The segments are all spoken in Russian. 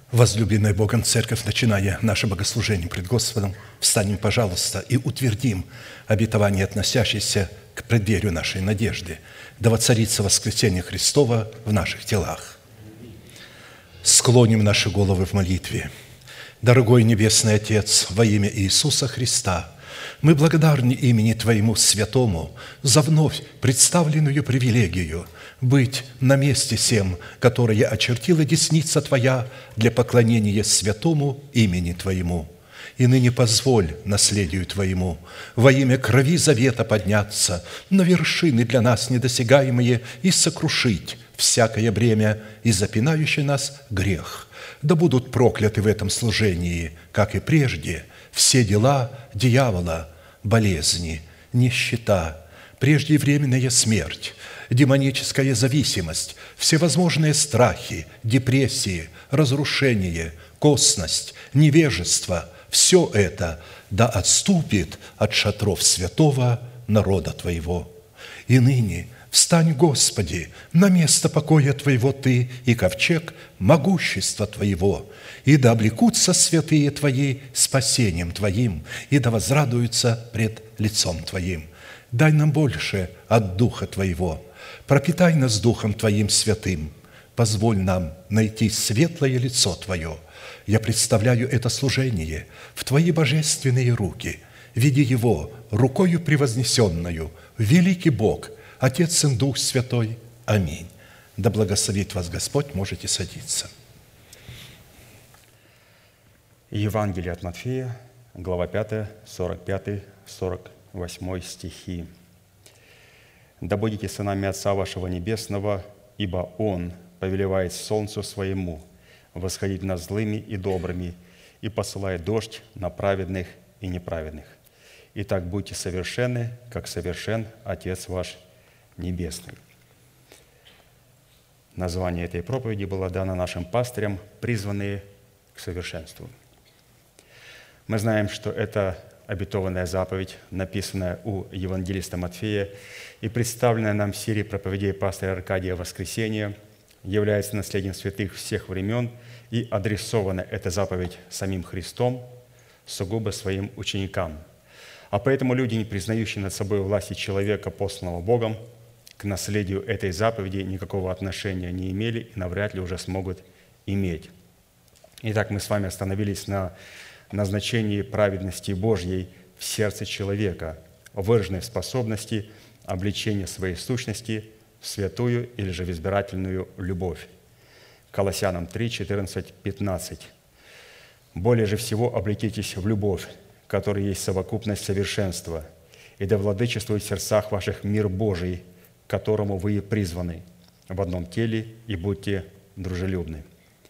Возлюбленная Богом Церковь, начиная наше богослужение пред Господом, встанем, пожалуйста, и утвердим обетование, относящееся к преддверию нашей надежды, да воцарится воскресение Христова в наших телах. Склоним наши головы в молитве. Дорогой Небесный Отец, во имя Иисуса Христа, мы благодарны имени Твоему Святому за вновь представленную привилегию быть на месте сем, которое очертила десница Твоя для поклонения святому имени Твоему. И ныне позволь наследию Твоему во имя крови завета подняться на вершины для нас недосягаемые и сокрушить всякое бремя и запинающий нас грех. Да будут прокляты в этом служении, как и прежде, все дела дьявола, болезни, нищета, преждевременная смерть, демоническая зависимость, всевозможные страхи, депрессии, разрушение, косность, невежество – все это да отступит от шатров святого народа Твоего. И ныне встань, Господи, на место покоя Твоего Ты и ковчег могущества Твоего, и да облекутся святые Твои спасением Твоим, и да возрадуются пред лицом Твоим. Дай нам больше от Духа Твоего, пропитай нас Духом Твоим святым, позволь нам найти светлое лицо Твое. Я представляю это служение в Твои божественные руки, видя его рукою превознесенную, великий Бог, Отец, Сын, Дух Святой. Аминь. Да благословит вас Господь, можете садиться. Евангелие от Матфея, глава 5, 45, 48 стихи. «Да будете сынами Отца вашего Небесного, ибо Он повелевает солнцу своему восходить над злыми и добрыми и посылает дождь на праведных и неправедных. Итак, будьте совершенны, как совершен Отец ваш Небесный». Название этой проповеди было дано нашим пастырям, призванные к совершенству. Мы знаем, что это обетованная заповедь, написанная у евангелиста Матфея и представленная нам в серии проповедей пастыря Аркадия «Воскресение», является наследием святых всех времен, и адресована эта заповедь самим Христом сугубо своим ученикам. А поэтому люди, не признающие над собой власти человека, посланного Богом, к наследию этой заповеди никакого отношения не имели и навряд ли уже смогут иметь. Итак, мы с вами остановились на назначении праведности Божьей в сердце человека, выраженной в способности обличения своей сущности в святую или же в избирательную любовь. Колоссянам 3, 14, 15. «Более же всего облекитесь в любовь, которая есть совокупность совершенства, и да владычествует в сердцах ваших мир Божий, к которому вы и призваны, в одном теле, и будьте дружелюбны».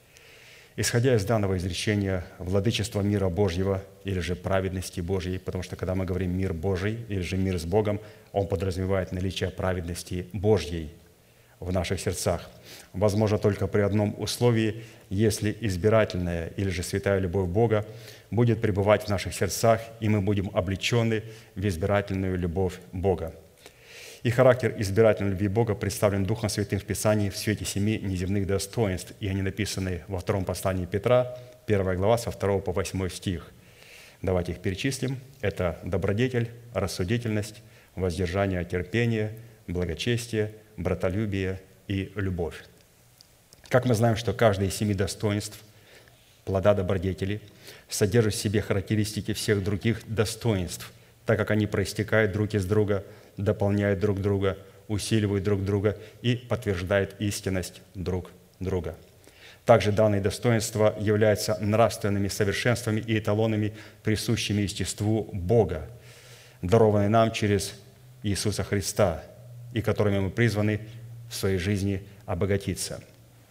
Исходя из данного изречения, владычество мира Божьего или же праведности Божьей, потому что когда мы говорим «мир Божий» или же «мир с Богом», он подразумевает наличие праведности Божьей в наших сердцах. Возможно только при одном условии, если избирательная или же святая любовь Бога будет пребывать в наших сердцах, и мы будем облечены в избирательную любовь Бога. И характер избирательной любви Бога представлен Духом Святым в Писании в свете 7 неземных достоинств, и они написаны во втором послании Петра, 1 глава, со 2 по 8 стих. Давайте их перечислим. Это добродетель, рассудительность, воздержание, терпение, благочестие, братолюбие и любовь. Как мы знаем, что каждое из 7 достоинств плода добродетели содержит в себе характеристики всех других достоинств, так как они проистекают друг из друга, дополняют друг друга, усиливают друг друга и подтверждают истинность друг друга. Также данные достоинства являются нравственными совершенствами и эталонами, присущими естеству Бога, дарованные нам через Иисуса Христа, и которыми мы призваны в своей жизни обогатиться.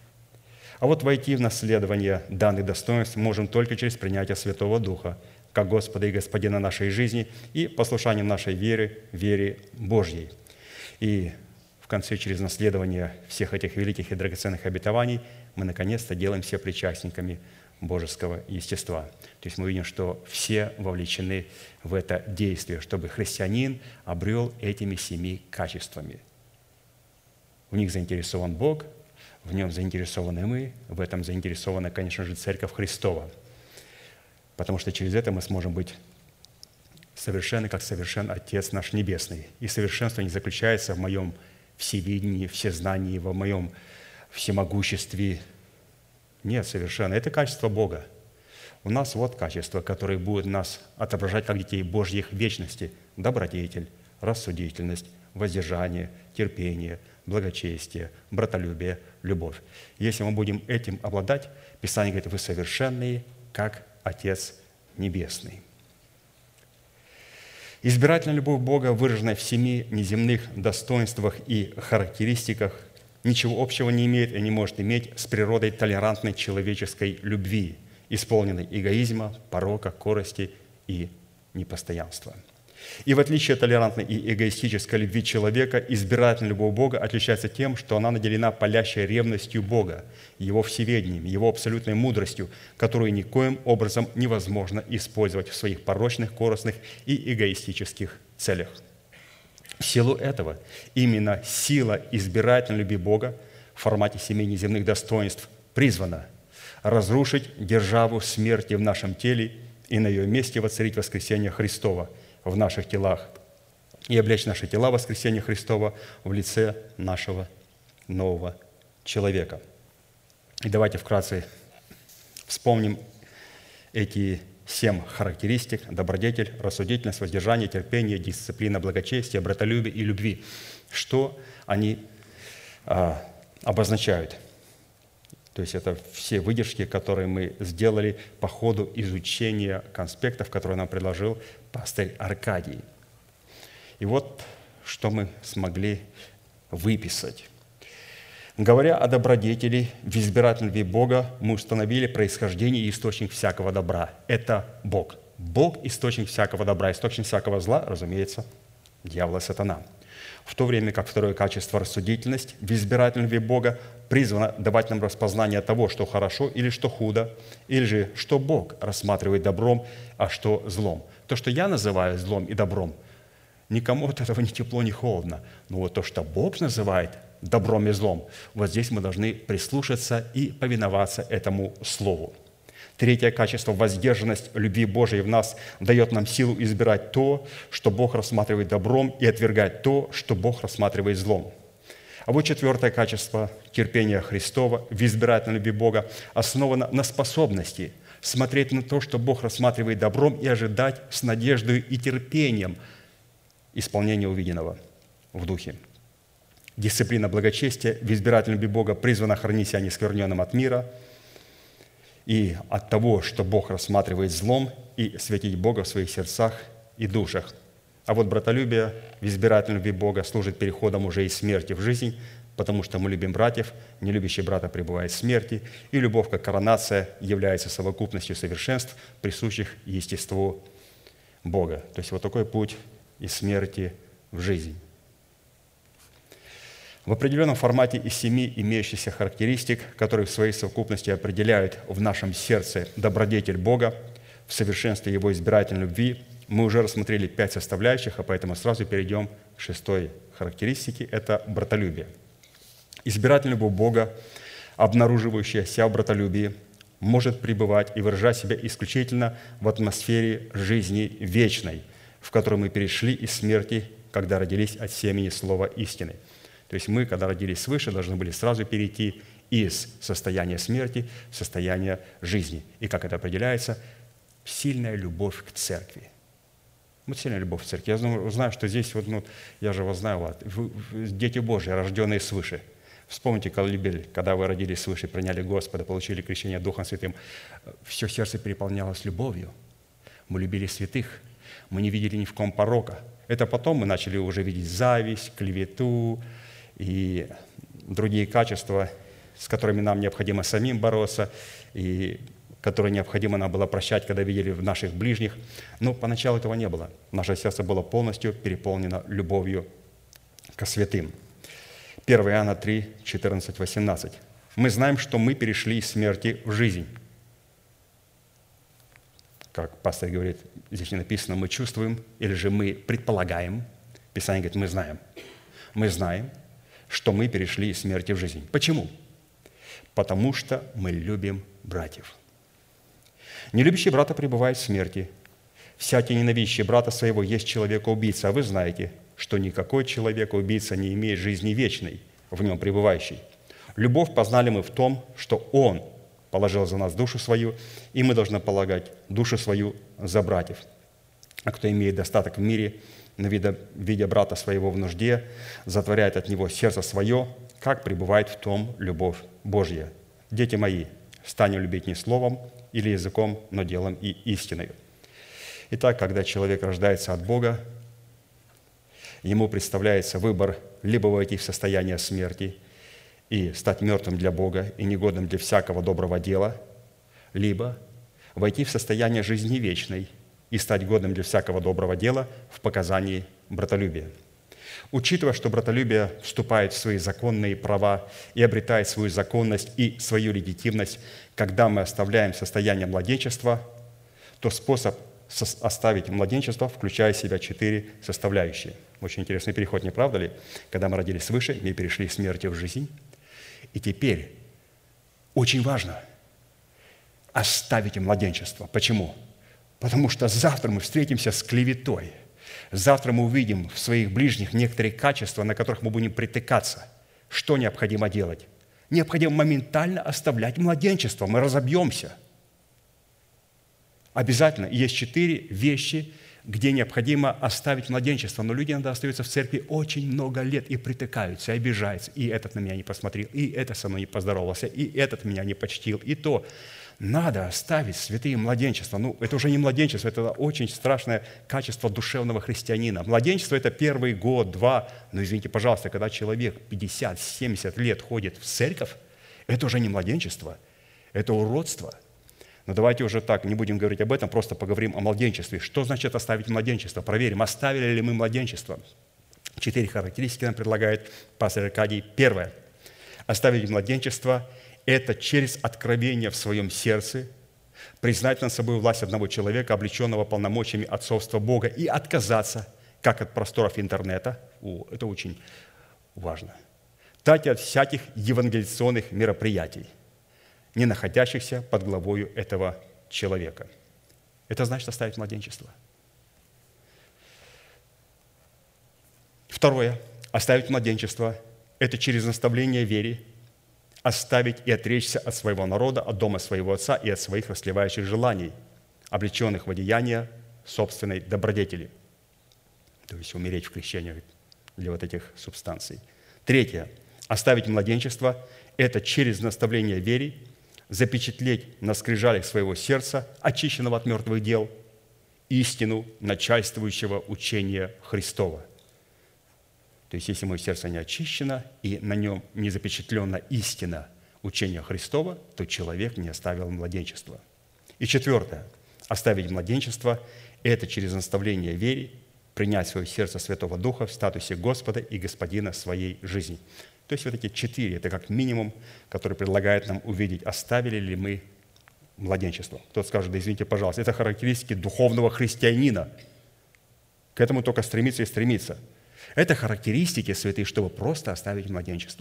А вот войти в наследование данных достоинств можем только через принятие Святого Духа, как Господа и Господина нашей жизни и послушанием нашей вере Божьей. И в конце, через наследование всех этих великих и драгоценных обетований, мы наконец-то делаемся причастниками божеского естества. То есть мы видим, что все вовлечены в это действие, чтобы христианин обрел этими 7 качествами. В них заинтересован Бог, В нем заинтересованы мы, в этом заинтересована, конечно же, Церковь Христова. Потому что через это мы сможем быть совершенны, как совершен Отец наш Небесный. И совершенство не заключается в моем всевидении, всезнании, в моем всемогуществе. Нет, совершенно. Это качество Бога. У нас вот качества, которые будут нас отображать как детей Божьих в вечности. Добродетель, рассудительность, воздержание, терпение, благочестие, братолюбие, любовь. Если мы будем этим обладать, Писание говорит, вы совершенные, как Отец Небесный. Избирательная любовь Бога, выраженная в 7 неземных достоинствах и характеристиках, ничего общего не имеет и не может иметь с природой толерантной человеческой любви, исполненной эгоизма, порока, корости и непостоянства. И в отличие от толерантной и эгоистической любви человека, избирательная любовь Бога отличается тем, что она наделена палящей ревностью Бога, Его всеведением, Его абсолютной мудростью, которую никоим образом невозможно использовать в своих порочных, корыстных и эгоистических целях. В силу этого именно сила избирательной любви Бога в формате 7 неземных достоинств призвана разрушить державу смерти в нашем теле и на ее месте воцарить воскресение Христова в наших телах и облечь наши тела воскресения Христова в лице нашего нового человека. И давайте вкратце вспомним эти 7 характеристик: добродетель, рассудительность, воздержание, терпение, дисциплина, благочестие, братолюбие и любви. Что они обозначают? То есть это все выдержки, которые мы сделали по ходу изучения конспектов, которые нам предложил пастырь Аркадий. И вот что мы смогли выписать. Говоря о добродетели, в избирательной любви Бога мы установили происхождение и источник всякого добра. Это Бог. Бог – источник всякого добра, источник всякого зла, разумеется, дьявол и сатана. В то время как второе качество – рассудительность, в избирательной любви Бога призвано давать нам распознание того, что хорошо или что худо, или же что Бог рассматривает добром, а что злом. То, что я называю злом и добром, никому от этого ни тепло, ни холодно. Но вот то, что Бог называет добром и злом, вот здесь мы должны прислушаться и повиноваться этому слову. Третье качество – воздержанность любви Божией в нас дает нам силу избирать то, что Бог рассматривает добром, и отвергать то, что Бог рассматривает злом. А вот четвертое качество – терпение Христова в избирательной любви Бога основано на способности смотреть на то, что Бог рассматривает добром, и ожидать с надеждой и терпением исполнения увиденного в духе. Дисциплина благочестия в избирательной любви Бога призвана хранить себя неоскверненным от мира и от того, что Бог рассматривает злом, и светить Бога в своих сердцах и душах. А вот братолюбие в избирательной любви Бога служит переходом уже из смерти в жизнь, потому что мы любим братьев, не любящий брата пребывает в смерти, и любовь как коронация является совокупностью совершенств, присущих естеству Бога. То есть вот такой путь из смерти в жизнь. В определенном формате из 7 имеющихся характеристик, которые в своей совокупности определяют в нашем сердце добродетель Бога в совершенстве Его избирательной любви, мы уже рассмотрели 5 составляющих, а поэтому сразу перейдем к 6-й характеристике – это братолюбие. Избирательная любовь Бога, обнаруживающая себя в братолюбии, может пребывать и выражать себя исключительно в атмосфере жизни вечной, в которой мы перешли из смерти, когда родились от семени слова истины. То есть мы, когда родились свыше, должны были сразу перейти из состояния смерти в состояние жизни. И как это определяется? Сильная любовь к церкви. Вот сильная любовь к церкви. Я знаю, что здесь, я же вас знаю, вы дети Божьи, рожденные свыше. Вспомните колыбель, когда вы родились свыше, приняли Господа, получили крещение Духом Святым. Все сердце переполнялось любовью. Мы любили святых. Мы не видели ни в ком порока. Это потом мы начали уже видеть зависть, клевету и другие качества, с которыми нам необходимо самим бороться, и которые необходимо нам было прощать, когда видели в наших ближних. Но поначалу этого не было. Наше сердце было полностью переполнено любовью ко святым. 1 Иоанна 3, 14, 18. Мы знаем, что мы перешли из смерти в жизнь. Как пастор говорит, здесь не написано «мы чувствуем» или же «мы предполагаем». Писание говорит «мы знаем». Мы знаем, что мы перешли из смерти в жизнь. Почему? потому что мы любим братьев. Нелюбящий брата пребывает в смерти. Всякий ненавидящий брата своего есть человека-убийца, а вы знаете, что никакой человека-убийца не имеет жизни вечной, в нем пребывающей. Любовь познали мы в том, что Он положил за нас душу свою, и мы должны полагать душу свою за братьев. А кто имеет достаток в мире, видя брата своего в нужде, затворяет от него сердце свое, как пребывает в том любовь Божья. Дети мои, станем любить не словом или языком, но делом и истиною. Итак, когда человек рождается от Бога, ему представляется выбор либо войти в состояние смерти и стать мертвым для Бога и негодным для всякого доброго дела, либо войти в состояние жизни вечной и стать годным для всякого доброго дела в показании братолюбия. Учитывая, что братолюбие вступает в свои законные права и обретает свою законность и свою легитимность, когда мы оставляем состояние младенчества, то способ оставить младенчество включает в себя 4 составляющие. Очень интересный переход, не правда ли? Когда мы родились свыше, мы перешли из смерти в жизнь. И теперь очень важно оставить младенчество. Почему? Потому что завтра мы встретимся с клеветой. Завтра мы увидим в своих ближних некоторые качества, на которых мы будем притыкаться. Что необходимо делать? Необходимо моментально оставлять младенчество. Мы разобьемся. Обязательно. Есть 4 вещи, где необходимо оставить младенчество. Но люди иногда остаются в церкви очень много лет и притыкаются, и обижаются. И этот на меня не посмотрел, и этот со мной не поздоровался, и этот меня не почтил, и то. Надо оставить святые младенчества. Это уже не младенчество, это очень страшное качество душевного христианина. Младенчество – это первый год, 2. Но извините, пожалуйста, когда человек 50-70 лет ходит в церковь, это уже не младенчество, это уродство. Но давайте уже так, не будем говорить об этом, просто поговорим о младенчестве. Что значит оставить младенчество? Проверим, оставили ли мы младенчество. 4 характеристики нам предлагает пастор Аркадий. Первое. Оставить младенчество – это через откровение в своем сердце признать над собой власть одного человека, облеченного полномочиями отцовства Бога, и отказаться, как от просторов интернета, это очень важно, так и от всяких евангелизационных мероприятий, не находящихся под главою этого человека. Это значит оставить младенчество. Второе. Оставить младенчество – это через наставление вере оставить и отречься от своего народа, от дома своего отца и от своих расслевающих желаний, облеченных в одеяние собственной добродетели. То есть умереть в крещении для вот этих субстанций. Третье. Оставить младенчество – это через наставление вере запечатлеть на скрижалях своего сердца, очищенного от мертвых дел, истину начальствующего учения Христова. То есть, если мое сердце не очищено и на нем не запечатлена истина учения Христова, то человек не оставил младенчество. И четвертое. Оставить младенчество – это через наставление вере принять в свое сердце Святого Духа в статусе Господа и Господина своей жизни. То есть, вот эти 4 – это как минимум, который предлагает нам увидеть, оставили ли мы младенчество. Кто-то скажет: да извините, пожалуйста, это характеристики духовного христианина. К этому только стремиться и стремиться. Это характеристики святые, чтобы просто оставить младенчество.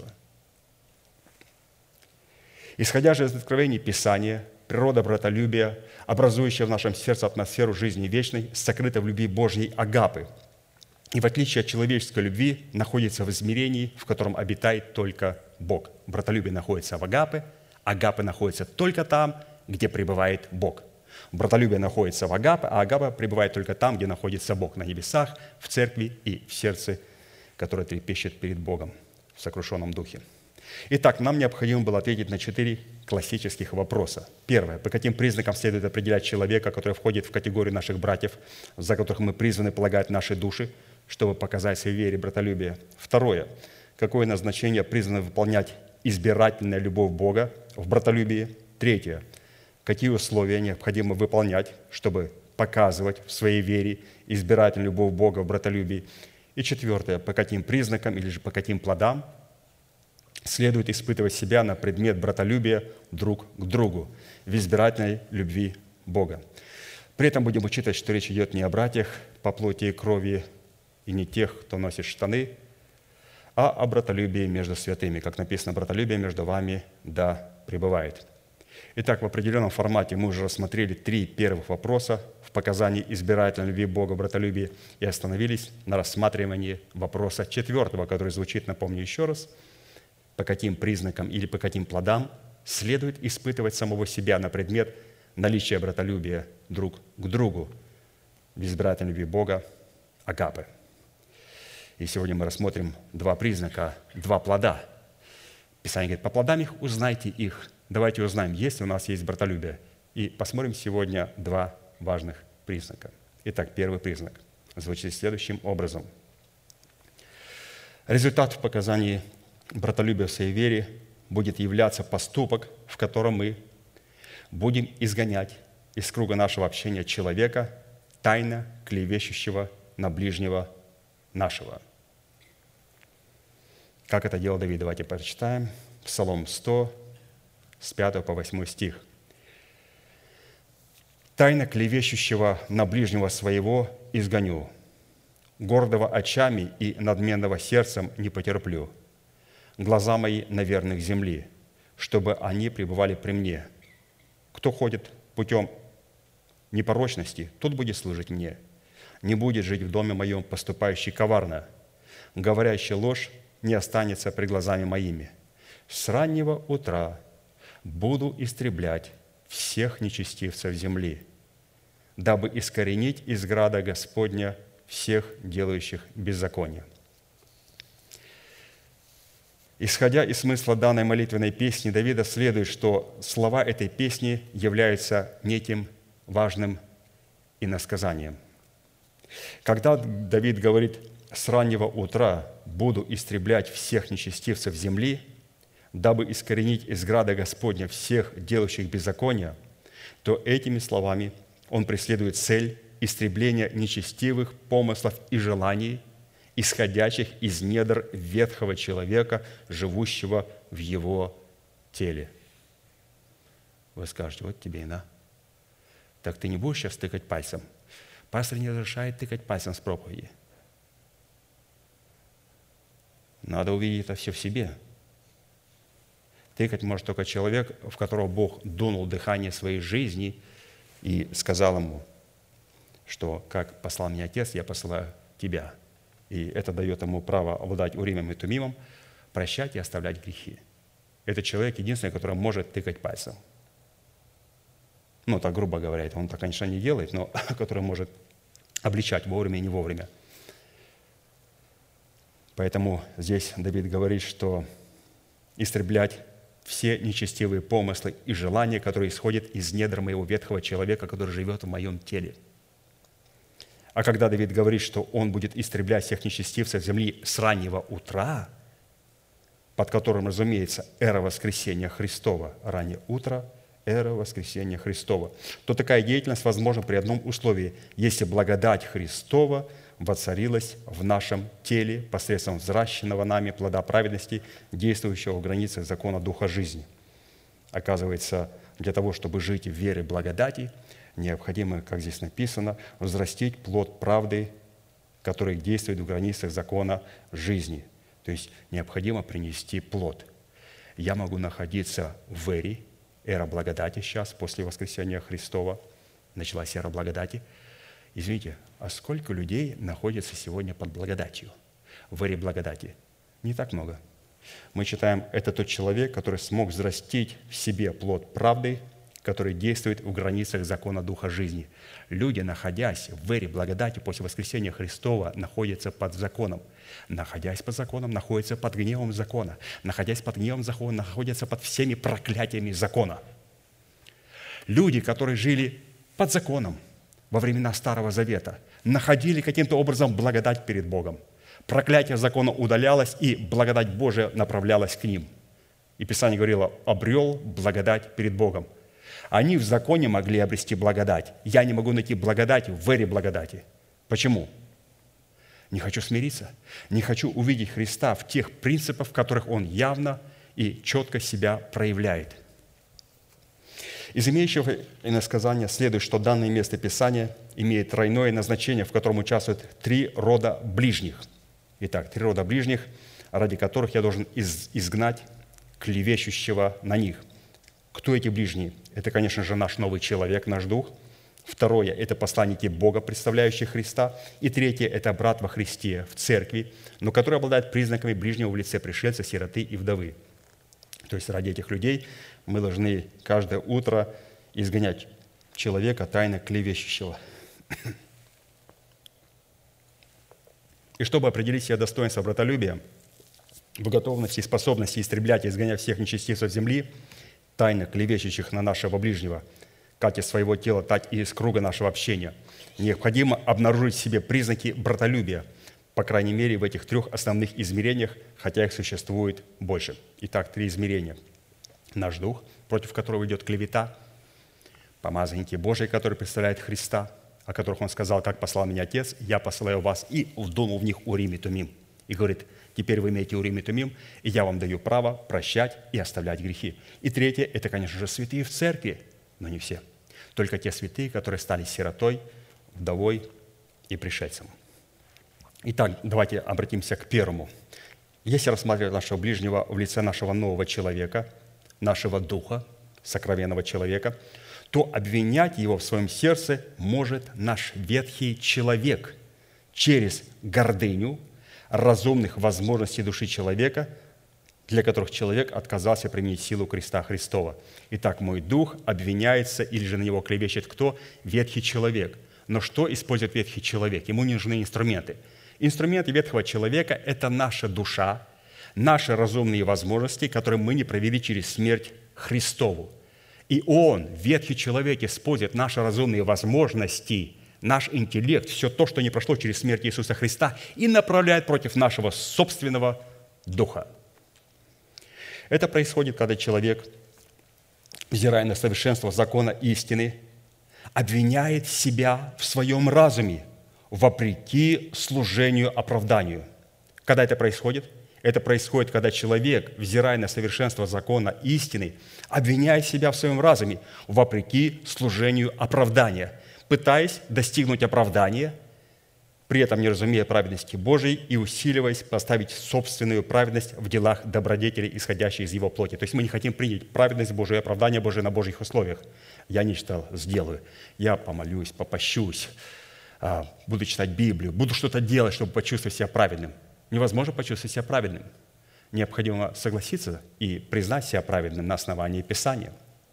Исходя же из откровений Писания, природа братолюбия, образующая в нашем сердце атмосферу жизни вечной, сокрыта в любви Божьей агапы. И в отличие от человеческой любви, находится в измерении, в котором обитает только Бог. Братолюбие находится в агапе, агапе находится только там, где пребывает Бог. Братолюбие находится в агапе, а агапа пребывает только там, где находится Бог, на небесах, в церкви и в сердце, которое трепещет перед Богом в сокрушенном духе. Итак, нам необходимо было ответить на 4 классических вопроса. Первое. По каким признакам следует определять человека, который входит в категорию наших братьев, за которых мы призваны полагать наши души, чтобы показать своей вере братолюбие? Второе. Какое назначение призвано выполнять избирательная любовь Бога в братолюбии? Третье. Какие условия необходимо выполнять, чтобы показывать в своей вере избирательную любовь Бога в братолюбии? И четвертое. По каким признакам или же по каким плодам следует испытывать себя на предмет братолюбия друг к другу в избирательной любви Бога. При этом будем учитывать, что речь идет не о братьях по плоти и крови и не тех, кто носит штаны, а о братолюбии между святыми. Как написано: братолюбие между вами да пребывает. Итак, в определенном формате мы уже рассмотрели 3 первых вопроса в показании избирательной любви Бога, братолюбии, и остановились на рассматривании вопроса 4, который звучит, напомню еще раз, по каким признакам или по каким плодам следует испытывать самого себя на предмет наличия братолюбия друг к другу в избирательной любви Бога агапы. И сегодня мы рассмотрим 2 признака, 2 плода. Писание говорит, по плодам их узнайте их. Давайте узнаем, есть ли у нас есть братолюбие. И посмотрим сегодня 2 важных признака. Итак, первый признак звучит следующим образом. Результат в показании братолюбия в своей вере будет являться поступок, в котором мы будем изгонять из круга нашего общения человека, тайно клевещущего на ближнего нашего. Как это делал Давид? Давайте прочитаем. Псалом 100, с 5 по 8 стих. «Тайно клевещущего на ближнего своего изгоню, гордого очами и надменного сердцем не потерплю. Глаза мои на верных земли, чтобы они пребывали при мне. Кто ходит путем непорочности, тот будет служить мне. Не будет жить в доме моем поступающий коварно. Говорящий ложь не останется пред глазами моими. С раннего утра буду истреблять всех нечестивцев земли, дабы искоренить из града Господня всех делающих беззаконие». Исходя из смысла данной молитвенной песни Давида, следует, что слова этой песни являются неким важным иносказанием. Когда Давид говорит «с раннего утра буду истреблять всех нечестивцев земли, дабы искоренить из града Господня всех делающих беззакония», то этими словами он преследует цель истребления нечестивых помыслов и желаний, исходящих из недр ветхого человека, живущего в его теле. Вы скажете, вот тебе и на. Так ты не будешь сейчас тыкать пальцем? Пастор не разрешает тыкать пальцем с проповеди. Надо увидеть это все в себе. Тыкать может только человек, в которого Бог дунул дыхание своей жизни и сказал ему, что как послал меня Отец, я посылаю тебя. И это дает ему право обладать уримом и тумимом, прощать и оставлять грехи. Это человек единственный, который может тыкать пальцем. Ну, так грубо говоря, он так, конечно, не делает, но который может обличать вовремя и не вовремя. Поэтому здесь Давид говорит, что истреблять все нечестивые помыслы и желания, которые исходят из недр моего ветхого человека, который живет в моем теле. А когда Давид говорит, что он будет истреблять всех нечестивцев земли с раннего утра, под которым, разумеется, эра воскресения Христова, раннее утро, эра воскресения Христова, то такая деятельность возможна при одном условии, если благодать Христова воцарилась в нашем теле посредством взращенного нами плода праведности, действующего в границах закона Духа жизни. Оказывается, для того, чтобы жить в вере благодати, необходимо, как здесь написано, взрастить плод правды, который действует в границах закона жизни. То есть необходимо принести плод. Я могу находиться в эре, эра благодати сейчас, после воскресения Христова, началась эра благодати. Извините, а сколько людей находится сегодня под благодатью, в эре благодати? Не так много. Мы читаем, это тот человек, который смог взрастить в себе плод правды, который действует в границах закона Духа жизни. Люди, находясь в эре благодати после воскресения Христова, находятся под законом. Находясь под законом, находятся под гневом закона. Находясь под гневом закона, находятся под всеми проклятиями закона. Люди, которые жили под законом во времена Старого Завета, находили каким-то образом благодать перед Богом. Проклятие закона удалялось, и благодать Божия направлялась к ним. И Писание говорило, обрел благодать перед Богом. Они в законе могли обрести благодать. Я не могу найти благодать в эре благодати. Почему? Не хочу смириться. Не хочу увидеть Христа в тех принципах, в которых Он явно и четко себя проявляет. Из имеющего иносказания следует, что данное место Писания имеет тройное назначение, в котором участвуют 3 рода ближних. Итак, 3 рода ближних, ради которых я должен изгнать клевещущего на них. Кто эти ближние? Это, конечно же, наш новый человек, наш дух. Второе – это посланники Бога, представляющие Христа. И третье – это брат во Христе в церкви, но который обладает признаками ближнего в лице пришельца, сироты и вдовы. То есть ради этих людей мы должны каждое утро изгонять человека, тайно клевещущего. И чтобы определить себе достоинство братолюбия, в готовности и способности истреблять и изгонять всех нечестивцев земли, тайно клевещущих на нашего ближнего, как из своего тела, так и из круга нашего общения, необходимо обнаружить в себе признаки братолюбия, по крайней мере, в этих трех основных измерениях, хотя их существует больше. Итак, три измерения. Наш дух, против которого идет клевета, помазанники Божии, которые представляют Христа, о которых Он сказал, как послал меня Отец, я посылаю вас, и вдунул в них Урим и Тумим. И говорит, теперь вы имеете Урим и Тумим, и я вам даю право прощать и оставлять грехи. И третье, это, конечно же, святые в церкви, но не все. Только те святые, которые стали сиротой, вдовой и пришельцем. Итак, давайте обратимся к первому. Если рассматривать нашего ближнего в лице нашего нового человека, нашего духа, сокровенного человека, то обвинять его в своем сердце может наш ветхий человек через гордыню разумных возможностей души человека, для которых человек отказался применить силу креста Христова. Итак, мой дух обвиняется или же на него клевещет кто? Ветхий человек. Но что использует ветхий человек? Ему не нужны инструменты. Инструменты ветхого человека – это наша душа, наши разумные возможности, которые мы не провели через смерть Христову. И он, ветхий человек, использует наши разумные возможности, наш интеллект, все то, что не прошло через смерть Иисуса Христа, и направляет против нашего собственного духа. Это происходит, когда человек, взирая на совершенство закона истины, обвиняет себя в своем разуме, вопреки служению оправданию. Когда это происходит? Это происходит, когда человек, взирая на совершенство закона истины, обвиняет себя в своем разуме, вопреки служению оправдания, пытаясь достигнуть оправдания, при этом не разумея праведности Божией и усиливаясь поставить собственную праведность в делах добродетели, исходящей из Его плоти. То есть мы не хотим принять праведность Божию и оправдание Божие на Божьих условиях. Я нечто сделаю, я помолюсь, попощусь, буду читать Библию, буду что-то делать, чтобы почувствовать себя праведным. Невозможно почувствовать себя праведным. Необходимо согласиться и признать себя праведным на основании Писания.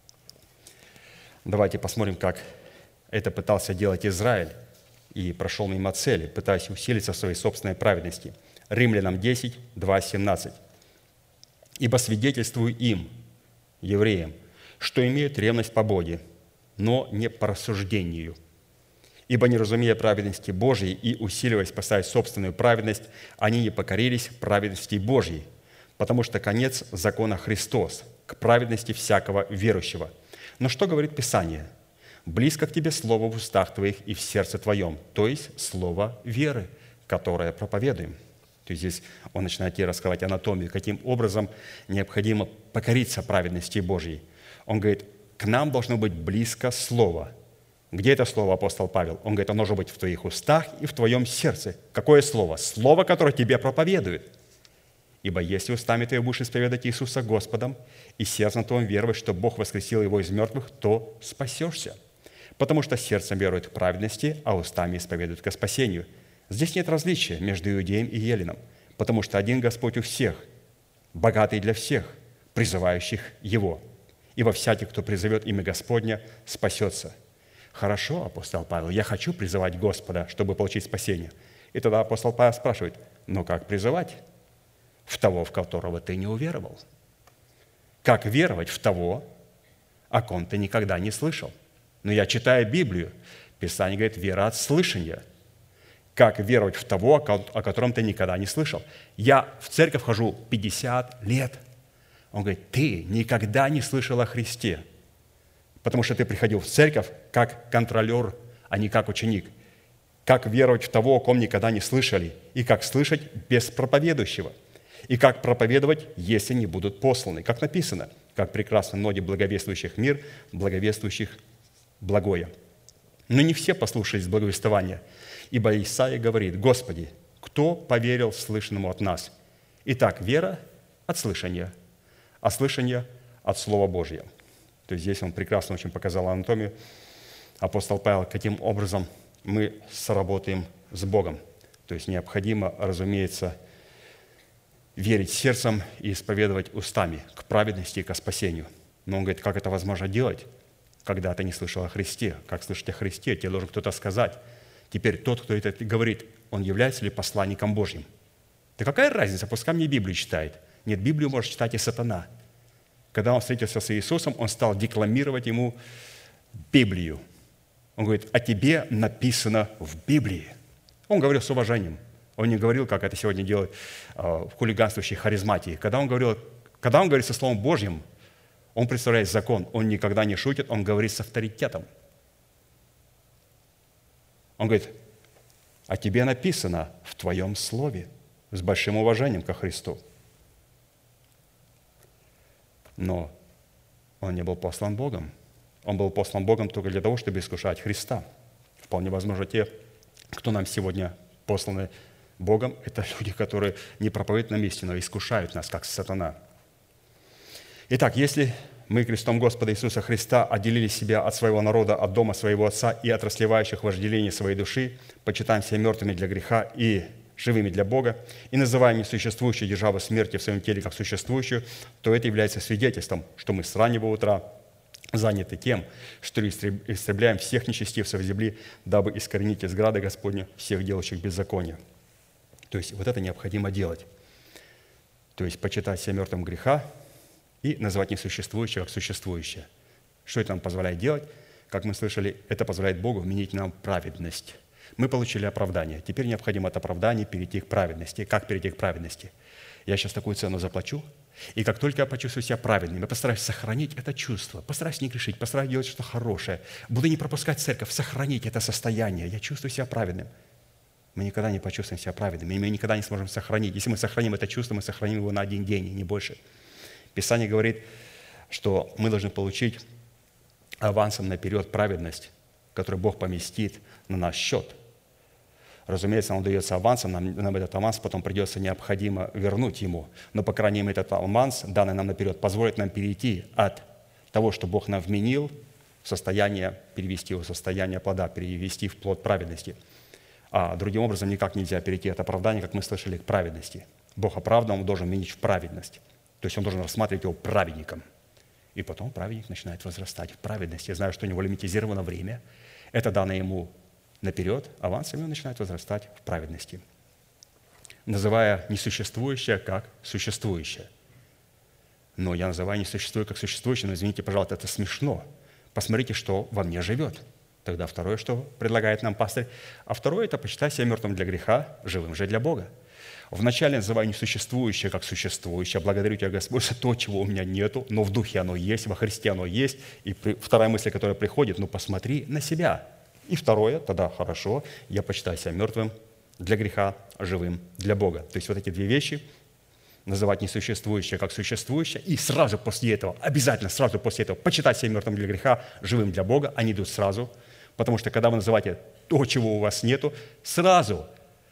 Давайте посмотрим, как это пытался делать Израиль и прошел мимо цели, пытаясь усилиться в своей собственной праведности. Римлянам 10, 2, 17. «Ибо свидетельствую им, евреям, что имеют ревность по Боге, но не по рассуждению. Ибо, не разумея праведности Божьей и усиливаясь поставить собственную праведность, они не покорились праведности Божьей, потому что конец закона Христос, к праведности всякого верующего. Но что говорит Писание? Близко к тебе слово в устах твоих и в сердце твоем, то есть слово веры, которое проповедуем». То есть здесь он начинает ей рассказывать анатомию, каким образом необходимо покориться праведности Божьей. Он говорит, к нам должно быть близко слово. Где это слово, апостол Павел? Он говорит, оно должно быть в твоих устах и в твоем сердце. Какое слово? Слово, которое тебе проповедует. «Ибо если устами твоими будешь исповедать Иисуса Господом и сердцем твоим веровать, что Бог воскресил Его из мертвых, то спасешься. Потому что сердцем верует к праведности, а устами исповедует ко спасению». Здесь нет различия между иудеем и еленом, потому что один Господь у всех, богатый для всех, призывающих Его. Ибо всякий, кто призовет имя Господня, спасется. Хорошо, апостол Павел, я хочу призывать Господа, чтобы получить спасение. И тогда апостол Павел спрашивает, но как призывать? В того, в которого ты не уверовал. Как веровать в того, о ком ты никогда не слышал? Но я читаю Библию, Писание говорит, вера от слышания. Как веровать в того, о котором ты никогда не слышал? Я в церковь хожу 50 лет. Он говорит, ты никогда не слышал о Христе, потому что ты приходил в церковь как контролер, а не как ученик. Как веровать в того, о ком никогда не слышали, и как слышать без проповедующего, и как проповедовать, если не будут посланы. Как написано, как прекрасны ноги благовествующих мир, благовествующих благое. Но не все послушались благовествования, ибо Исаия говорит, «Господи, кто поверил слышанному от нас?» Итак, вера от слышания, а слышание от Слова Божьего. То есть здесь он прекрасно очень показал анатомию. Апостол Павел, каким образом мы сработаем с Богом. То есть необходимо, разумеется, верить сердцем и исповедовать устами к праведности и к спасению. Но он говорит, как это возможно делать, когда ты не слышал о Христе? Как слышать о Христе? Тебе должен кто-то сказать. Теперь тот, кто это говорит, он является ли посланником Божьим? Да какая разница? Пускай мне Библию читает. Нет, Библию может читать и сатана. Когда он встретился с Иисусом, он стал декламировать ему Библию. Он говорит, о тебе написано в Библии. Он говорил с уважением. Он не говорил, как это сегодня делают хулиганствующие харизматии. Когда он говорит со Словом Божьим, он представляет закон. Он никогда не шутит, он говорит с авторитетом. Он говорит, о тебе написано в твоем слове, с большим уважением ко Христу. Но он не был послан Богом. Он был послан Богом только для того, чтобы искушать Христа. Вполне возможно, те, кто нам сегодня посланы Богом, это люди, которые не проповедуют нам истину, а искушают нас, как сатана. Итак, если мы крестом Господа Иисуса Христа отделили себя от своего народа, от дома своего Отца и от расливающих вожделений своей души, почитаем себя мертвыми для греха и живыми для Бога, и называем несуществующую державу смерти в своем теле как существующую, то это является свидетельством, что мы с раннего утра заняты тем, что истребляем всех нечестивцев земли, дабы искоренить из града Господня всех делающих беззакония. То есть вот это необходимо делать. То есть почитать себя мертвым греха и называть несуществующее как существующее. Что это нам позволяет делать? Как мы слышали, это позволяет Богу вменить нам праведность. Мы получили оправдание. Теперь необходимо от оправдания перейти к праведности. Как перейти к праведности? Я сейчас такую цену заплачу, и как только я почувствую себя праведным, я постараюсь сохранить это чувство, постараюсь не грешить, постараюсь делать что-то хорошее, буду не пропускать церковь, сохранить это состояние. Я чувствую себя праведным. Мы никогда не почувствуем себя праведными, и мы никогда не сможем сохранить. Если мы сохраним это чувство, мы сохраним его на один день, и не больше. Писание говорит, что мы должны получить авансом наперед праведность, которую Бог поместит на наш счет. Разумеется, он дается авансом, нам этот аванс потом придется необходимо вернуть ему. Но, по крайней мере, этот аванс, данный нам наперед, позволит нам перейти от того, что Бог нам вменил, в состояние, перевести его в состояние плода, перевести в плод праведности. А другим образом никак нельзя перейти от оправдания, как мы слышали, к праведности. Бог оправдан, он должен вменить в праведность. То есть он должен рассматривать его праведником. И потом праведник начинает возрастать в праведности. Я знаю, что у него лимитизировано время. Это дано ему наперед, авансами он начинает возрастать в праведности, называя несуществующее как существующее. Но я называю несуществующее как существующее, но извините, пожалуйста, это смешно. Посмотрите, что во мне живет. Тогда второе, что предлагает нам пастырь. А второе – это почитай себя мертвым для греха, живым же для Бога. Вначале называю несуществующее как существующее. Благодарю Тебя, Господь, за то, чего у меня нету, но в духе оно есть, во Христе оно есть. И вторая мысль, которая приходит, ну посмотри на себя. И второе, тогда хорошо, я почитаю себя мертвым для греха, живым для Бога. То есть вот эти две вещи, называть несуществующее как существующее, и сразу после этого, обязательно сразу после этого, почитать себя мертвым для греха, живым для Бога, они идут сразу. Потому что когда вы называете то, чего у вас нету, сразу,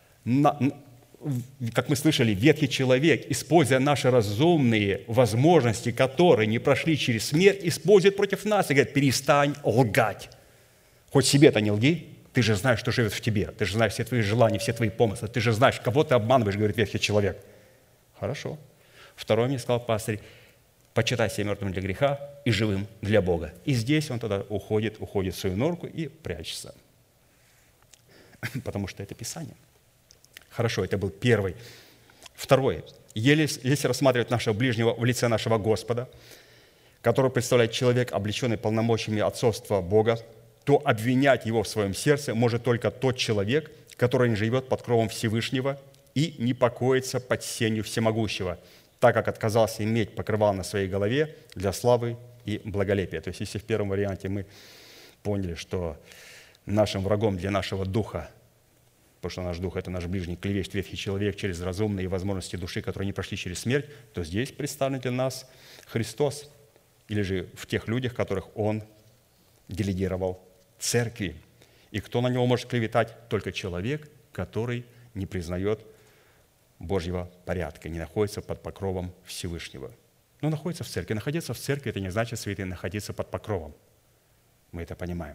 как мы слышали, ветхий человек, используя наши разумные возможности, которые не прошли через смерть, использует против нас и говорит, перестань лгать. Хоть себе-то не лги, ты же знаешь, что живет в тебе, ты же знаешь все твои желания, все твои помыслы, ты же знаешь, кого ты обманываешь, говорит ветхий человек. Хорошо. Второе мне сказал пастырь, почитай себя мертвым для греха и живым для Бога. И здесь он тогда уходит в свою норку и прячется. Потому что это Писание. Хорошо, это был первый. Второе. Если рассматривать нашего ближнего в лице нашего Господа, который представляет человек, облеченный полномочиями отцовства Бога, то обвинять его в своем сердце может только тот человек, который не живет под кровом Всевышнего и не покоится под сенью Всемогущего, так как отказался иметь покрывало на своей голове для славы и благолепия. То есть если в первом варианте мы поняли, что нашим врагом для нашего духа, потому что наш дух – это наш ближний, клевещет ветхий человек через разумные возможности души, которые не прошли через смерть, то здесь представлен для нас Христос, или же в тех людях, которых Он делегировал церкви. И кто на него может клеветать? Только человек, который не признает Божьего порядка, не находится под покровом Всевышнего. но находится в церкви. Находиться в церкви – это не значит, святые, находиться под покровом. Мы это понимаем.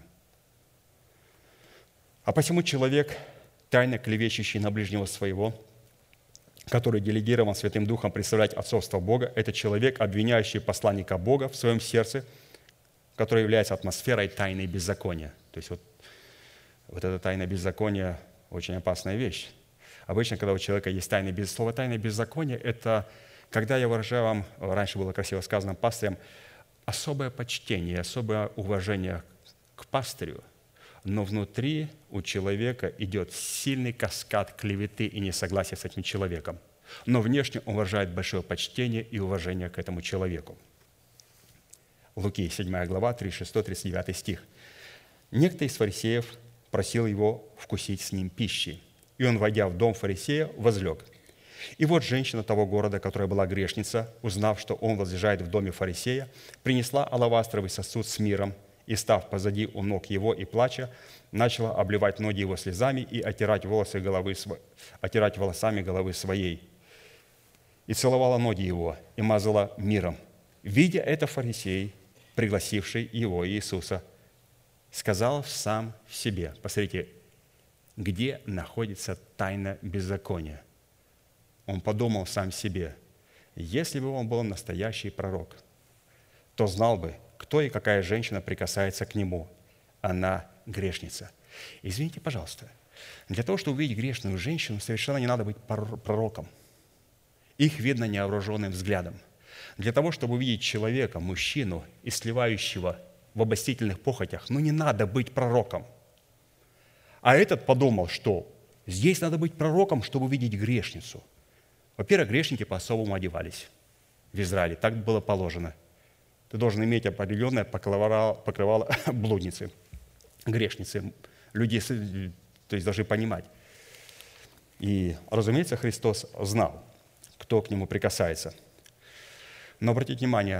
А посему человек, тайно клевещущий на ближнего своего, который делегирован Святым Духом представлять отцовство Бога, это человек, обвиняющий посланника Бога в своем сердце, который является атмосферой тайны беззакония. То есть вот это тайна беззакония – очень опасная вещь. Обычно, когда у человека есть тайна беззакония, слово «тайна беззакония» – это, когда я выражаю вам, раньше было красиво сказано пастырем, особое почтение, особое уважение к пастырю, но внутри у человека идет сильный каскад клеветы и несогласия с этим человеком. Но внешне он выражает большое почтение и уважение к этому человеку. Луки, 7 глава, 36-39 стих. «Некто из фарисеев просил его вкусить с ним пищи, и он, войдя в дом фарисея, возлег. И вот женщина того города, которая была грешница, узнав, что он возлежает в доме фарисея, принесла алавастровый сосуд с миром, и, став позади у ног его и плача, начала обливать ноги его слезами и оттирать волосами головы своей. И целовала ноги его, и мазала миром. Видя это, фарисей, пригласивший его, Иисуса, сказал сам в себе». Посмотрите, где находится тайна беззакония. Он подумал сам в себе: если бы он был настоящий пророк, то знал бы, кто и какая женщина прикасается к нему. Она грешница. Извините, пожалуйста, для того, чтобы увидеть грешную женщину, совершенно не надо быть пророком. Их видно невооруженным взглядом. Для того, чтобы увидеть человека, мужчину, истлевающего в обольстительных похотях, не надо быть пророком. А этот подумал, что здесь надо быть пророком, чтобы увидеть грешницу. Во-первых, грешники по-особому одевались в Израиле. Так было положено. Ты должен иметь определенное покрывало блудницы, грешницы. Люди, то есть, должны понимать. И, разумеется, Христос знал, кто к нему прикасается. Но обратите внимание,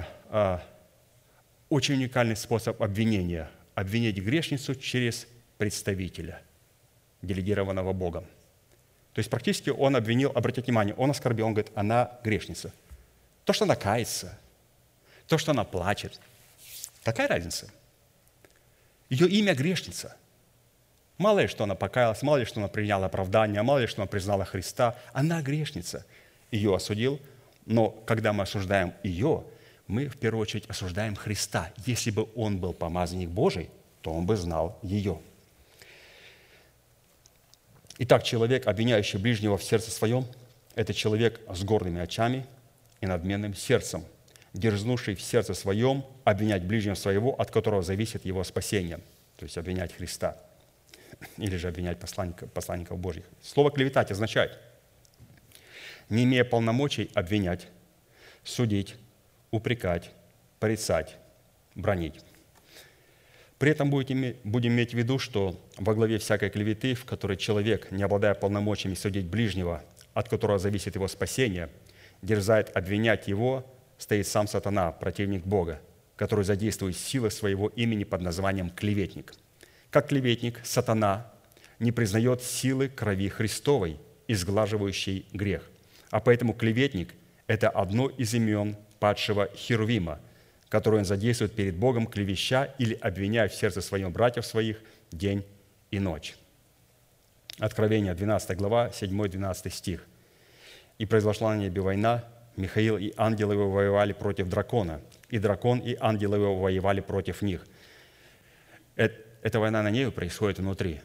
очень уникальный способ обвинения – обвинить грешницу через представителя, делегированного Богом. То есть практически он обвинил, обратите внимание, он оскорбил, он говорит, она грешница. То, что она кается, то, что она плачет, какая разница? Ее имя грешница. Мало ли, что она покаялась, мало ли, что она приняла оправдание, мало ли, что она признала Христа. Она грешница. Ее осудил, но когда мы осуждаем ее, мы в первую очередь осуждаем Христа. Если бы он был помазанник Божий, то он бы знал ее. Итак, человек, обвиняющий ближнего в сердце своем, это человек с гордыми очами и надменным сердцем, дерзнувший в сердце своем обвинять ближнего своего, от которого зависит его спасение, то есть обвинять Христа, или же обвинять посланников Божьих. Слово «клеветать» означает, не имея полномочий обвинять, судить, упрекать, порицать, бранить. При этом будем иметь в виду, что во главе всякой клеветы, в которой человек, не обладая полномочиями судить ближнего, от которого зависит его спасение, дерзает обвинять его, стоит сам сатана, противник Бога, который задействует силы своего имени под названием клеветник. Как клеветник, сатана не признает силы крови Христовой, изглаживающей грех. А поэтому клеветник – это одно из имен падшего Херувима, которое он задействует перед Богом, клевеща или обвиняя в сердце своем братьев своих день и ночь. Откровение, 12 глава, 7-12 стих. «И произошла на небе война, Михаил и ангелы его воевали против дракона, и дракон и ангелы его воевали против них». Эта война на небе происходит внутри.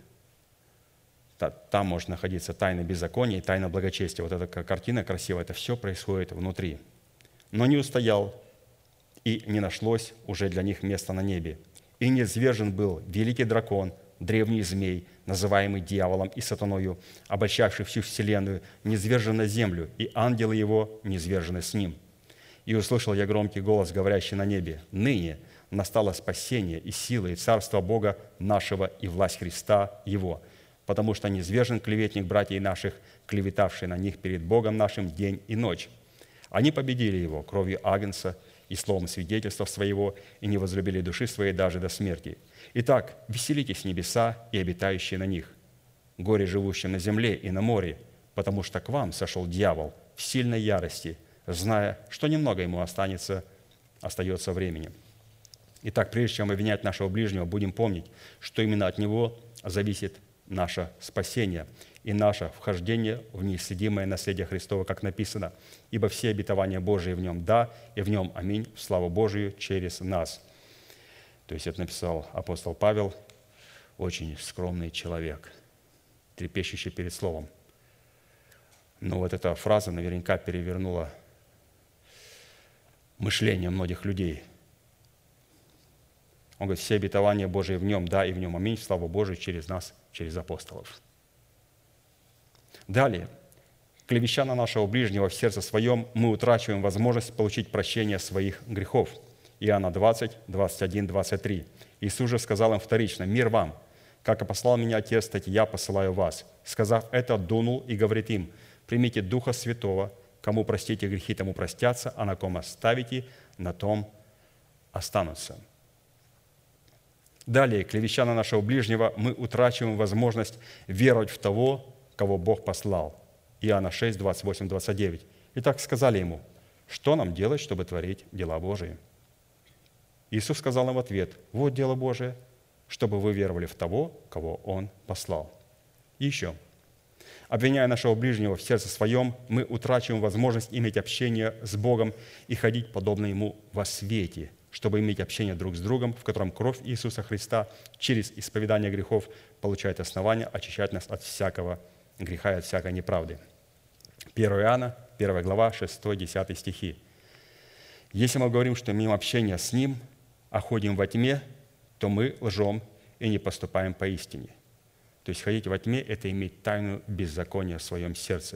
Там может находиться тайна беззакония и тайна благочестия. Вот эта картина красивая, это все происходит внутри. Но не устоял, и не нашлось уже для них места на небе. И низвержен был великий дракон, древний змей, называемый дьяволом и сатаною, обольщавший всю вселенную, низвержен на землю, и ангелы его низвержены с ним. И услышал я громкий голос, говорящий на небе: «Ныне настало спасение и сила, и царство Бога нашего, и власть Христа Его, потому что низвержен клеветник братьев наших, клеветавший на них перед Богом нашим день и ночь. Они победили его кровью агнца и словом свидетельства своего, и не возлюбили души своей даже до смерти. Итак, веселитесь небеса и обитающие на них, горе живущим на земле и на море, потому что к вам сошел дьявол в сильной ярости, зная, что немного ему остается времени. Итак, прежде чем обвинять нашего ближнего, будем помнить, что именно от него зависит наше спасение и наше вхождение в неисследимое наследие Христова, как написано: «Ибо все обетования Божии в нем да, и в нем аминь, в славу Божию через нас». То есть это написал апостол Павел, очень скромный человек, трепещущий перед Словом. Но вот эта фраза наверняка перевернула мышление многих людей. Он говорит: все обетования Божии в нем да, и в нем аминь, в славу Божию через нас, через апостолов. Далее. Клевеща на нашего ближнего в сердце своем, мы утрачиваем возможность получить прощение своих грехов. Иоанна 20, 21, 23. Иисус же сказал им вторично: «Мир вам! Как и послал меня Отец, так и я посылаю вас». Сказав это, дунул и говорит им: «Примите Духа Святого, кому простите грехи, тому простятся, а на ком оставите, на том останутся». Далее, клевеща на нашего ближнего, мы утрачиваем возможность веровать в того, кого Бог послал. Иоанна 6, 28, 29. Итак, сказали ему: «Что нам делать, чтобы творить дела Божии?» Иисус сказал им в ответ: «Вот дело Божие, чтобы вы веровали в того, кого Он послал». И еще. Обвиняя нашего ближнего в сердце своем, мы утрачиваем возможность иметь общение с Богом и ходить подобно Ему во свете, чтобы иметь общение друг с другом, в котором кровь Иисуса Христа через исповедание грехов получает основание очищать нас от всякого греха и от всякой неправды. 1 Иоанна, 1 глава, 6-10 стихи. «Если мы говорим, что имеем общение с Ним, а ходим во тьме, то мы лжем и не поступаем по истине». То есть ходить во тьме – это иметь тайну беззакония в своем сердце.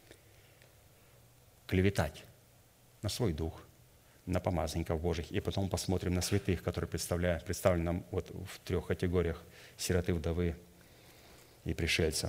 Клеветать на свой дух, на помазанников Божьих. И потом посмотрим на святых, которые представлены нам вот в 3 категориях: сироты, вдовы и пришельца.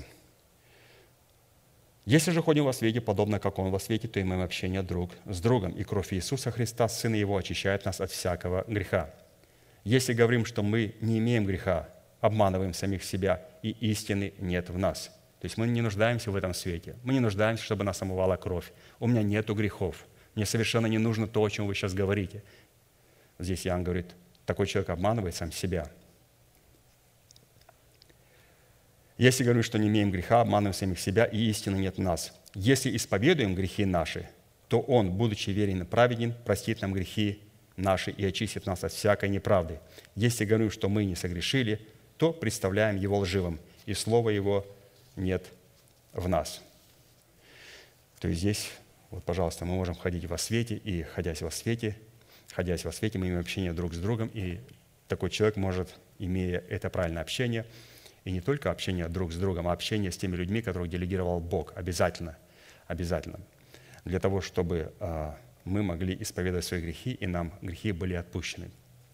«Если же ходим во свете, подобно как Он во свете, то имеем общение друг с другом, и кровь Иисуса Христа, Сына Его, очищает нас от всякого греха. Если говорим, что мы не имеем греха, обманываем самих себя, и истины нет в нас». То есть мы не нуждаемся в этом свете. Мы не нуждаемся, чтобы нас омывала кровь. У меня нету грехов. Мне совершенно не нужно то, о чем вы сейчас говорите. Здесь Иоанн говорит: такой человек обманывает сам себя. Если говорим, что не имеем греха, обманываем самих себя, и истины нет в нас. Если исповедуем грехи наши, то Он, будучи верен и праведен, простит нам грехи наши и очистит нас от всякой неправды. Если говорим, что мы не согрешили, то представляем Его лживым, и слова Его нет в нас. То есть здесь, вот, пожалуйста, мы можем ходить во свете, и, ходясь во свете, мы имеем общение друг с другом, и такой человек может, имея это правильное общение, и не только общение друг с другом, а общение с теми людьми, которых делегировал Бог, обязательно, для того, чтобы мы могли исповедовать свои грехи, и нам грехи были отпущены.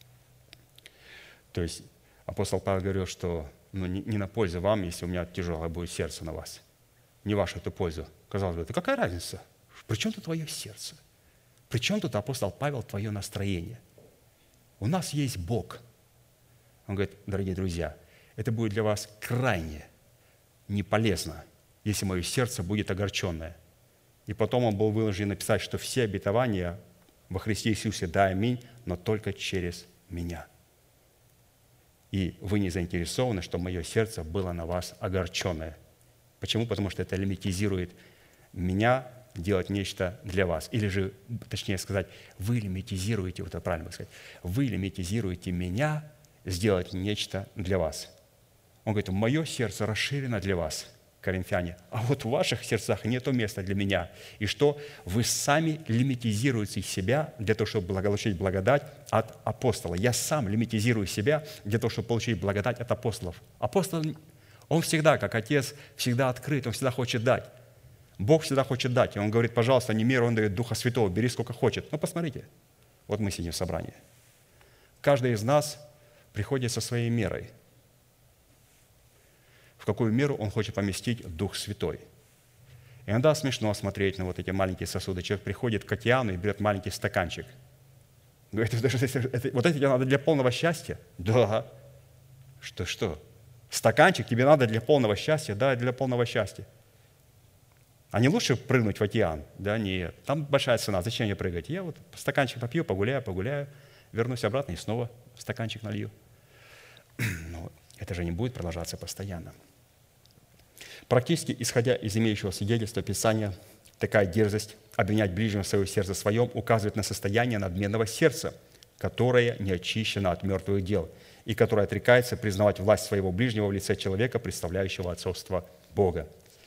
То есть апостол Павел говорил, что не на пользу вам, если у меня тяжелое будет сердце на вас. Не вашу эту пользу. Казалось бы, да какая разница? При чем тут твое сердце? При чем тут, апостол Павел, твое настроение? У нас есть Бог. Он говорит: дорогие друзья, это будет для вас крайне неполезно, если мое сердце будет огорченное. И потом он был вынужден написать, что все обетования во Христе Иисусе, да, аминь, но только через меня. И вы не заинтересованы, чтобы мое сердце было на вас огорченное. Почему? Потому что это лимитизирует меня делать нечто для вас. Или же, точнее сказать, вы лимитизируете, вот это правильно сказать, вы лимитизируете меня сделать нечто для вас. Он говорит: мое сердце расширено для вас, коринфяне, а вот в ваших сердцах нет места для меня. И что? Вы сами лимитизируете себя для того, чтобы получить благодать от апостола. Я сам лимитизирую себя для того, чтобы получить благодать от апостолов. Апостол, он всегда, как отец, всегда открыт, он всегда хочет дать. Бог всегда хочет дать. И он говорит: пожалуйста, не меру, он дает Духа Святого, бери сколько хочет. Ну, посмотрите, вот мы сидим в собрании. Каждый из нас приходит со своей мерой. В какую меру он хочет поместить Дух Святой. Иногда смешно смотреть на вот эти маленькие сосуды. Человек приходит к океану и берет маленький стаканчик. Говорит: вот это тебе надо для полного счастья? Да. Что? Стаканчик тебе надо для полного счастья? Да, для полного счастья. А не лучше прыгнуть в океан? Да, нет. Там большая цена. Зачем мне прыгать? Я вот стаканчик попью, погуляю, вернусь обратно и снова стаканчик налью. Но это же не будет продолжаться постоянно. Практически, исходя из имеющего свидетельства Писания, такая дерзость обвинять ближнего в своего сердца своем указывает на состояние надменного сердца, которое не очищено от мертвых дел и которое отрекается признавать власть своего ближнего в лице человека, представляющего отцовство Бога.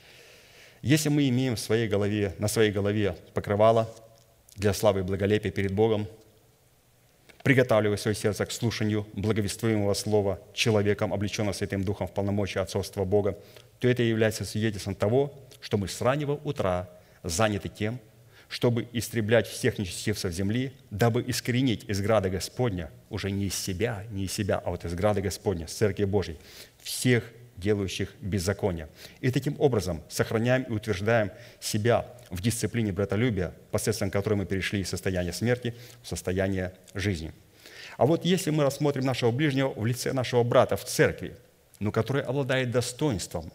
Если мы имеем на своей голове покрывало для славы и благолепия перед Богом, приготавливая свое сердце к слушанию благовествуемого слова человеком, облеченного Святым Духом в полномочия отцовства Бога, то это является свидетельством того, что мы с раннего утра заняты тем, чтобы истреблять всех нечестивцев земли, дабы искоренить из града Господня, уже не из себя, а вот из града Господня, с Церкви Божьей, всех делающих беззаконие. И таким образом сохраняем и утверждаем себя в дисциплине братолюбия, посредством которой мы перешли из состояния смерти в состояние жизни. А вот если мы рассмотрим нашего ближнего в лице нашего брата в церкви, но который обладает достоинством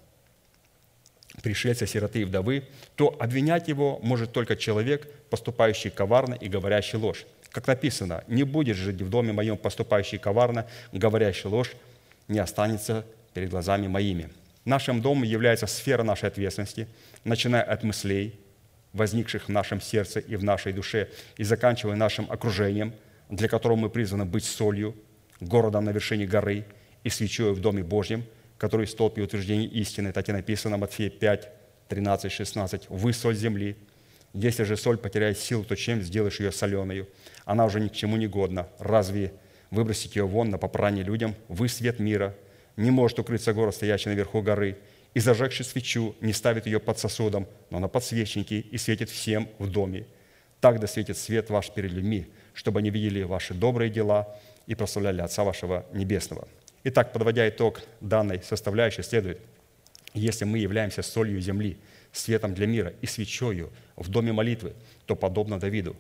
пришельца, сироты и вдовы, то обвинять его может только человек, поступающий коварно и говорящий ложь. Как написано: «Не будешь жить в доме моем, поступающий коварно, говорящий ложь, не останется перед глазами моими». Нашим домом является сфера нашей ответственности, начиная от мыслей, возникших в нашем сердце и в нашей душе, и заканчивая нашим окружением, для которого мы призваны быть солью, городом на вершине горы и свечою в Доме Божьем, который столб и утверждение истины. Так и написано, Матфея 5, 13, 16. «Вы соль земли. Если же соль потеряет силу, то чем сделаешь ее соленою? Она уже ни к чему не годна. Разве выбросить ее вон на попрание людям? Вы свет мира. Не может укрыться город, стоящий наверху горы. И зажегший свечу не ставит ее под сосудом, но на подсвечнике, и светит всем в доме. Так да светит свет ваш перед людьми, чтобы они видели ваши добрые дела и прославляли Отца вашего Небесного». Итак, подводя итог данной составляющей, следует: если мы являемся солью земли, светом для мира и свечою в доме молитвы, то, подобно Давиду,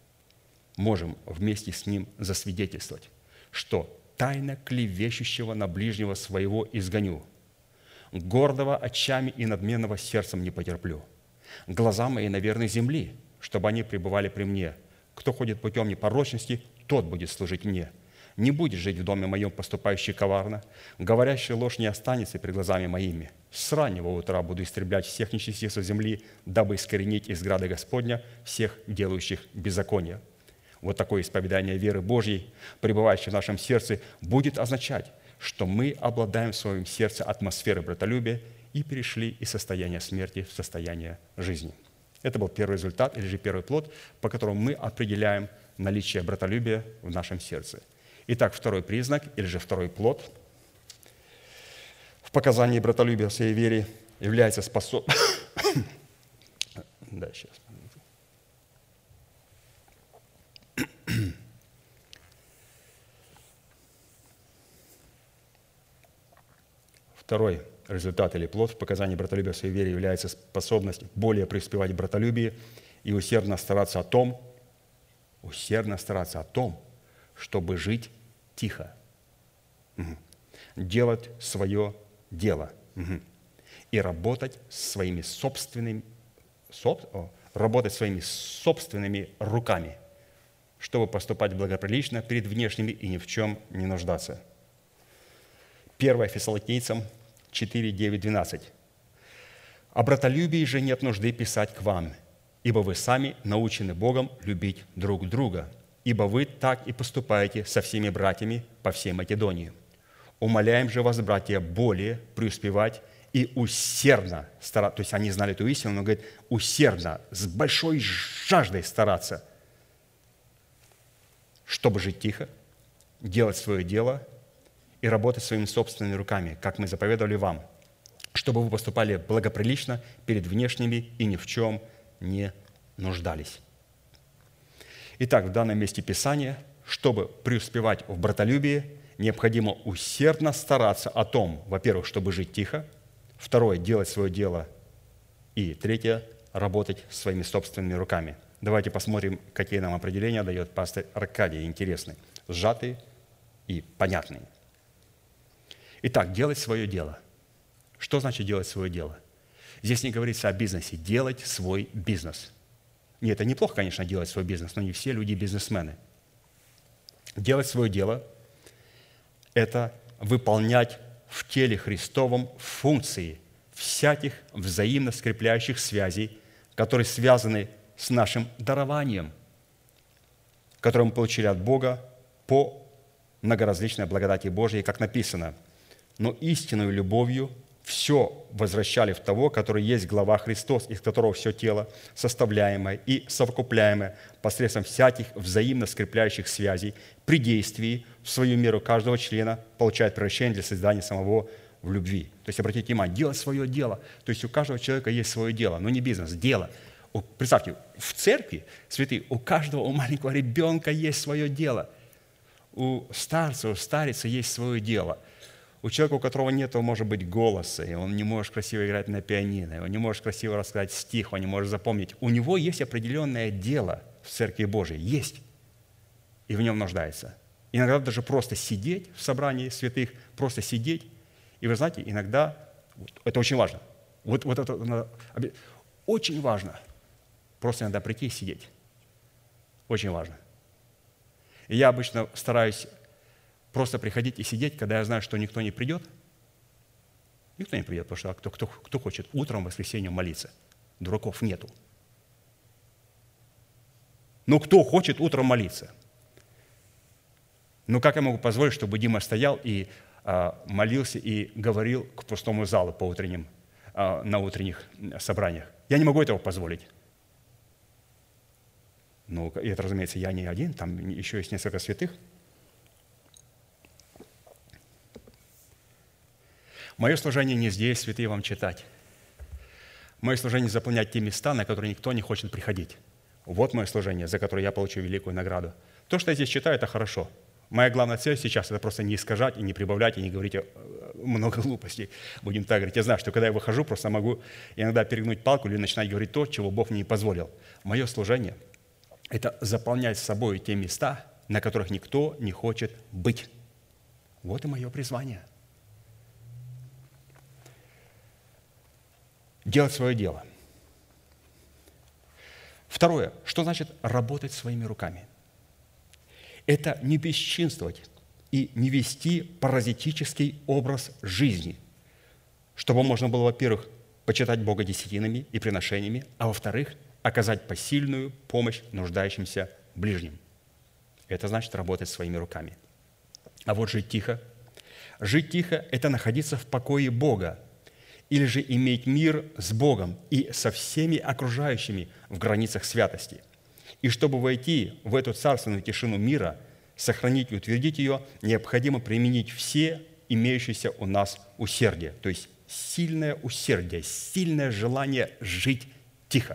можем вместе с ним засвидетельствовать, что тайно клевещущего на ближнего своего изгоню, гордого очами и надменного сердцем не потерплю. Глаза мои на верной земли, чтобы они пребывали при мне. Кто ходит путем непорочности, тот будет служить мне. Не будет жить в доме моем, поступающий коварно, говорящий ложь не останется перед глазами моими. С раннего утра буду истреблять всех нечестивцев земли, дабы искоренить из града Господня всех делающих беззаконие». Вот такое исповедание веры Божьей, пребывающей в нашем сердце, будет означать, что мы обладаем в своем сердце атмосферой братолюбия и перешли из состояния смерти в состояние жизни. Это был первый результат, или же первый плод, по которому мы определяем наличие братолюбия в нашем сердце. Итак, второй признак, или же второй плод в показании братолюбия в своей вере является Второй результат или плод в показании братолюбия в своей вере является способность более преуспевать в братолюбии и усердно стараться о том, чтобы жить тихо, делать свое дело и работать своими собственными руками, чтобы поступать благоприлично перед внешними и ни в чем не нуждаться. 1 Фессалоникийцам 4, 9, 12. «О братолюбии же нет нужды писать к вам, ибо вы сами научены Богом любить друг друга, ибо вы так и поступаете со всеми братьями по всей Македонии. Умоляем же вас, братья, более преуспевать и усердно стараться». То есть они знали эту истину, но говорит, усердно, с большой жаждой стараться, чтобы жить тихо, делать свое дело и работать своими собственными руками, как мы заповедовали вам, чтобы вы поступали благоприлично перед внешними и ни в чем не нуждались. Итак, в данном месте Писания, чтобы преуспевать в братолюбии, необходимо усердно стараться о том, во-первых, чтобы жить тихо, второе, делать свое дело, и третье, работать своими собственными руками. Давайте посмотрим, какие нам определения дает пастор Аркадий, интересные, сжатые и понятные. Итак, делать свое дело. Что значит делать свое дело? Здесь не говорится о бизнесе. Делать свой бизнес. Нет, это неплохо, конечно, делать свой бизнес, но не все люди бизнесмены. Делать свое дело – это выполнять в теле Христовом функции всяких взаимно скрепляющих связей, которые связаны с нашим дарованием, которое мы получили от Бога по многоразличной благодати Божьей, как написано: «Но истинную любовью все возвращали в того, который есть глава Христос, из которого все тело, составляемое и совокупляемое посредством всяких взаимно скрепляющих связей, при действии в свою меру каждого члена получает превращение для создания самого в любви». То есть, обратите внимание, делать свое дело. То есть, у каждого человека есть свое дело, но не бизнес, дело. Представьте, в церкви, святые, у каждого, у маленького ребенка есть свое дело. У старца, у старицы есть свое дело. У человека, у которого нет, может быть, голоса, и он не может красиво играть на пианино, он не может красиво рассказать стих, он не может запомнить. У него есть определенное дело в Церкви Божией, есть, и в нем нуждается. Иногда даже просто сидеть в собрании святых, просто сидеть, и вы знаете, иногда, это очень важно, вот это очень важно, просто иногда прийти и сидеть. Очень важно. И я обычно стараюсь просто приходить и сидеть, когда я знаю, что никто не придет. Никто не придет, потому что кто хочет утром в воскресенье молиться? Дураков нету. Но кто хочет утром молиться? Ну как я могу позволить, чтобы Дима стоял и молился и говорил к пустому залу по утренним, на утренних собраниях? Я не могу этого позволить. Ну, и это, разумеется, я не один, там еще есть несколько святых. Мое служение не здесь, святые, вам читать. Мое служение – заполнять те места, на которые никто не хочет приходить. Вот мое служение, за которое я получу великую награду. То, что я здесь читаю, это хорошо. Моя главная цель сейчас – это просто не искажать и не прибавлять, и не говорить много глупостей. Будем так говорить. Я знаю, что когда я выхожу, просто могу иногда перегнуть палку или начинать говорить то, чего Бог мне не позволил. Мое служение – это заполнять собой те места, на которых никто не хочет быть. Вот и мое призвание. Делать свое дело. Второе. Что значит работать своими руками? Это не бесчинствовать и не вести паразитический образ жизни, чтобы можно было, во-первых, почитать Бога десятинами и приношениями, а во-вторых, оказать посильную помощь нуждающимся ближним. Это значит работать своими руками. А вот жить тихо. Жить тихо – это находиться в покое Бога, или же иметь мир с Богом и со всеми окружающими в границах святости. И чтобы войти в эту царственную тишину мира, сохранить и утвердить ее, необходимо применить все имеющиеся у нас усердия, то есть сильное усердие, сильное желание жить тихо.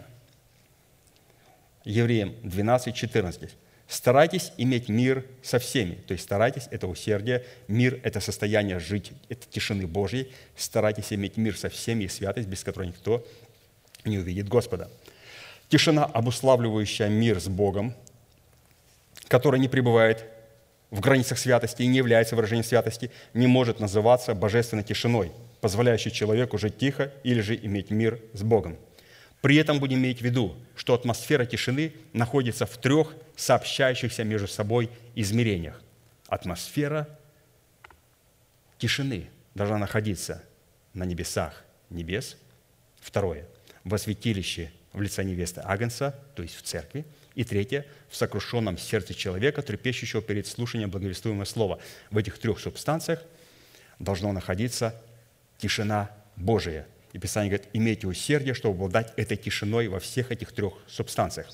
Евреям 12:14. Старайтесь иметь мир со всеми. То есть старайтесь – это усердие, мир – это состояние жить, это тишины Божьей. Старайтесь иметь мир со всеми и святость, без которой никто не увидит Господа. Тишина, обуславливающая мир с Богом, который не пребывает в границах святости и не является выражением святости, не может называться божественной тишиной, позволяющей человеку жить тихо или же иметь мир с Богом. При этом будем иметь в виду, что атмосфера тишины находится в 3 сообщающихся между собой измерениях. Атмосфера тишины должна находиться на небесах небес. Второе – во святилище в лице невесты Агнца, то есть в церкви. И третье – в сокрушенном сердце человека, трепещущего перед слушанием благовествуемого слова. В этих 3 субстанциях должна находиться тишина Божия. И Писание говорит: имейте усердие, чтобы обладать этой тишиной во всех этих 3 субстанциях.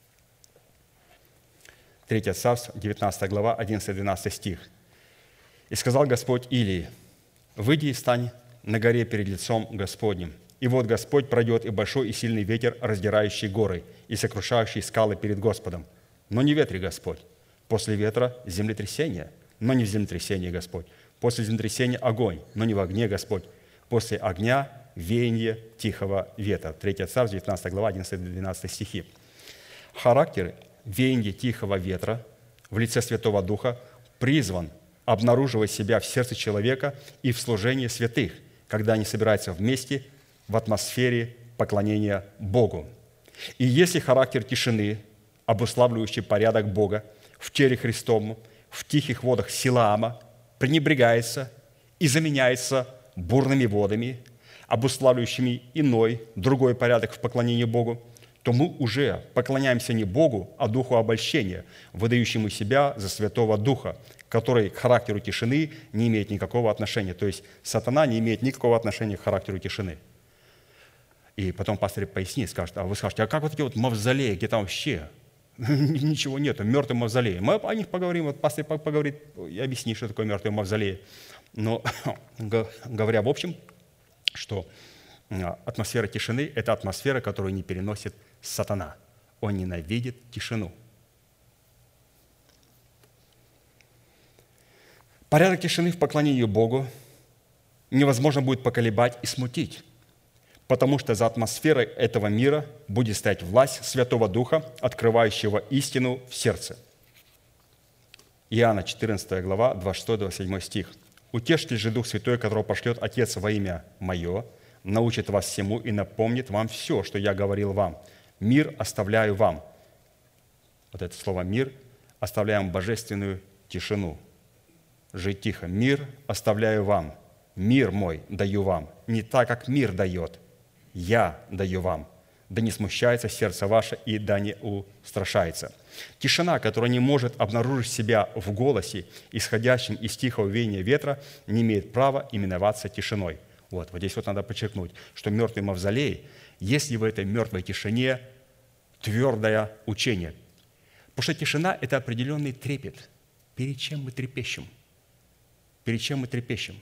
3 Царств, 19 глава, 11-12 стих. «И сказал Господь Илии: выйди и стань на горе перед лицом Господним. И вот Господь пройдет, и большой и сильный ветер, раздирающий горы, и сокрушающий скалы перед Господом. Но не ветре Господь. После ветра землетрясение, но не в землетрясении Господь. После землетрясения огонь, но не в огне Господь. После огня веяние тихого ветра». 3 Царств, 19 глава, 11-12 стихи. Характер веяния тихого ветра в лице Святого Духа призван обнаруживать себя в сердце человека и в служении святых, когда они собираются вместе в атмосфере поклонения Богу. И если характер тишины, обуславливающий порядок Бога в теле Христовом, в тихих водах Силаама, пренебрегается и заменяется бурными водами, обуславливающими иной, другой порядок в поклонении Богу, то мы уже поклоняемся не Богу, а духу обольщения, выдающему себя за Святого Духа, который к характеру тишины не имеет никакого отношения. То есть сатана не имеет никакого отношения к характеру тишины. И потом пастор пояснит, скажет, а вы скажете, а как вот эти вот мавзолеи, где там вообще ничего нету, мертвый мавзолей? Мы о них поговорим, вот пастор поговорит и объяснит, что такое мертвый мавзолей. Но говоря в общем, что атмосфера тишины – это атмосфера, которую не переносит сатана. Он ненавидит тишину. Порядок тишины в поклонении Богу невозможно будет поколебать и смутить, потому что за атмосферой этого мира будет стоять власть Святого Духа, открывающего истину в сердце. Иоанна 14 глава, 26-27 стих. «Утешитель же Дух Святой, которого пошлет Отец во имя Мое, научит вас всему и напомнит вам все, что я говорил вам. Мир оставляю вам». Вот это слово «мир» оставляем божественную тишину. Жить тихо. «Мир оставляю вам, мир мой даю вам, не так, как мир дает, я даю вам. Да не смущается сердце ваше и да не устрашается». Тишина, которая не может обнаружить себя в голосе, исходящем из тихого веяния ветра, не имеет права именоваться тишиной. Вот здесь вот надо подчеркнуть, что мертвый мавзолей, если в этой мертвой тишине твердое учение. Потому что тишина – это определенный трепет. Перед чем мы трепещем? Перед чем мы трепещем?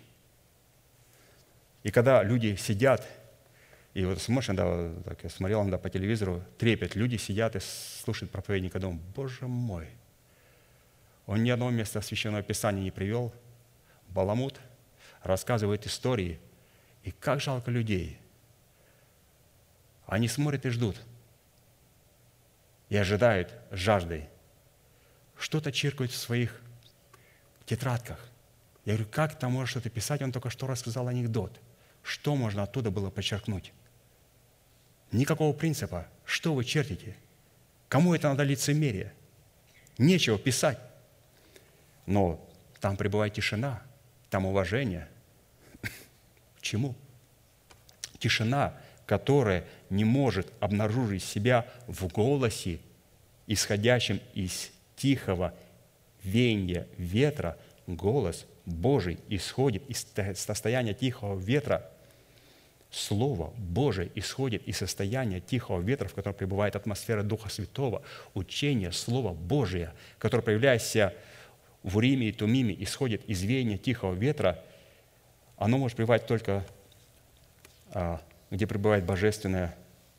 И когда люди сидят, и вот смотришь, иногда, так я смотрел иногда по телевизору, трепет, люди сидят и слушают проповедника, думают, Боже мой, он ни одного места Священного Писания не привел, баламут, рассказывает истории, и как жалко людей. Они смотрят и ждут, и ожидают с жаждой. Что-то чиркают в своих тетрадках. Я говорю, как там можно что-то писать? Он только что рассказал анекдот. Что можно оттуда было подчеркнуть? Никакого принципа. Что вы чертите? Кому это надо лицемерие? Нечего писать. Но там пребывает тишина, там уважение. К чему? Тишина, которая не может обнаружить себя в голосе, исходящем из тихого веяния ветра. Голос Божий исходит из состояния тихого ветра. Слово Божие исходит из состояния тихого ветра, в котором пребывает атмосфера Духа Святого. Учение Слова Божие, которое, проявляясь в Уриме и Тумиме, исходит из веяния тихого ветра, оно может пребывать только, где пребывает божественная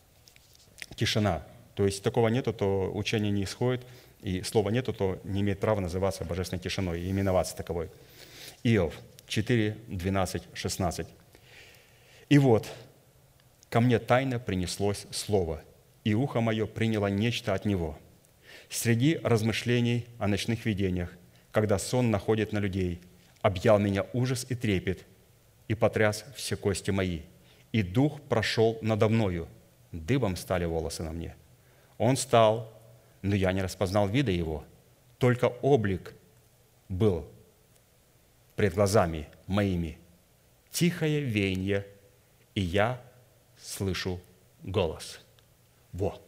тишина. То есть такого нету, то учение не исходит, и слова нету, то не имеет права называться божественной тишиной и именоваться таковой. Иов 4, 12, 16. «И вот, ко мне тайно принеслось слово, и ухо мое приняло нечто от него. Среди размышлений о ночных видениях, когда сон находит на людей, объял меня ужас и трепет, и потряс все кости мои. И дух прошел надо мною, дыбом стали волосы на мне. Он стал, но я не распознал вида его, только облик был пред глазами моими. Тихое веяние, и я слышу голос». Во!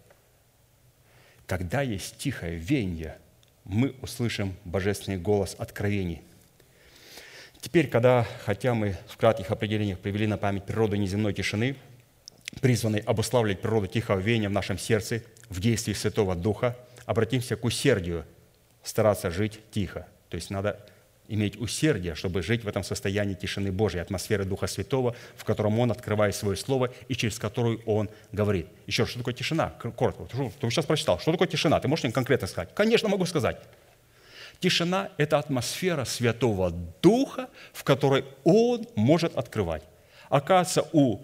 Когда есть тихое веяние, мы услышим божественный голос откровений. Теперь, хотя мы в кратких определениях привели на память природу неземной тишины, призванной обуславливать природу тихого веяния в нашем сердце, в действии Святого Духа, обратимся к усердию, стараться жить тихо. То есть надо иметь усердие, чтобы жить в этом состоянии тишины Божьей, атмосферы Духа Святого, в котором Он открывает Свое Слово и через которую Он говорит. Еще, что такое тишина? Коротко. Ты сейчас прочитал. Что такое тишина? Ты можешь мне конкретно сказать? Конечно, могу сказать. Тишина – это атмосфера Святого Духа, в которой Он может открывать. Оказывается, у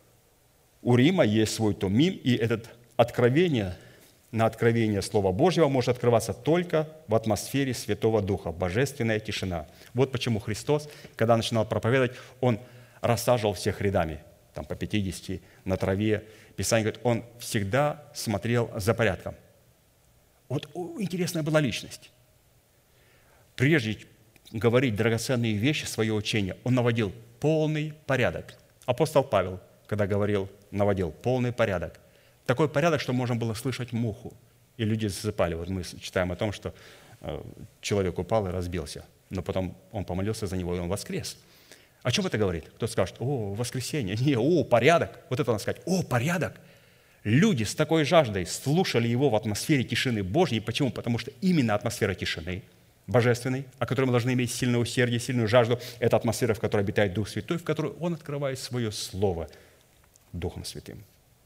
Рима есть свой Тумим, и это откровение – на откровение Слова Божьего может открываться только в атмосфере Святого Духа, божественная тишина. Вот почему Христос, когда начинал проповедовать, Он рассаживал всех рядами. там, по 50 на траве. Писание говорит, он всегда смотрел за порядком. Вот интересная была личность. Прежде говорить драгоценные вещи, свое учение, он наводил полный порядок. Апостол Павел, когда говорил, наводил полный порядок. Такой порядок, что можно было слышать муху. И люди засыпали. Вот мы читаем о том, что человек упал и разбился. Но потом он помолился за него, и он воскрес. О чем это говорит? Кто-то скажет, о, воскресенье. Не, порядок. Вот это надо сказать, порядок. Люди с такой жаждой слушали его в атмосфере тишины Божьей. Почему? Потому что именно атмосфера тишины, божественной, о которой мы должны иметь сильное усердие, сильную жажду, это атмосфера, в которой обитает Дух Святой, в которой Он открывает свое Слово Духом Святым.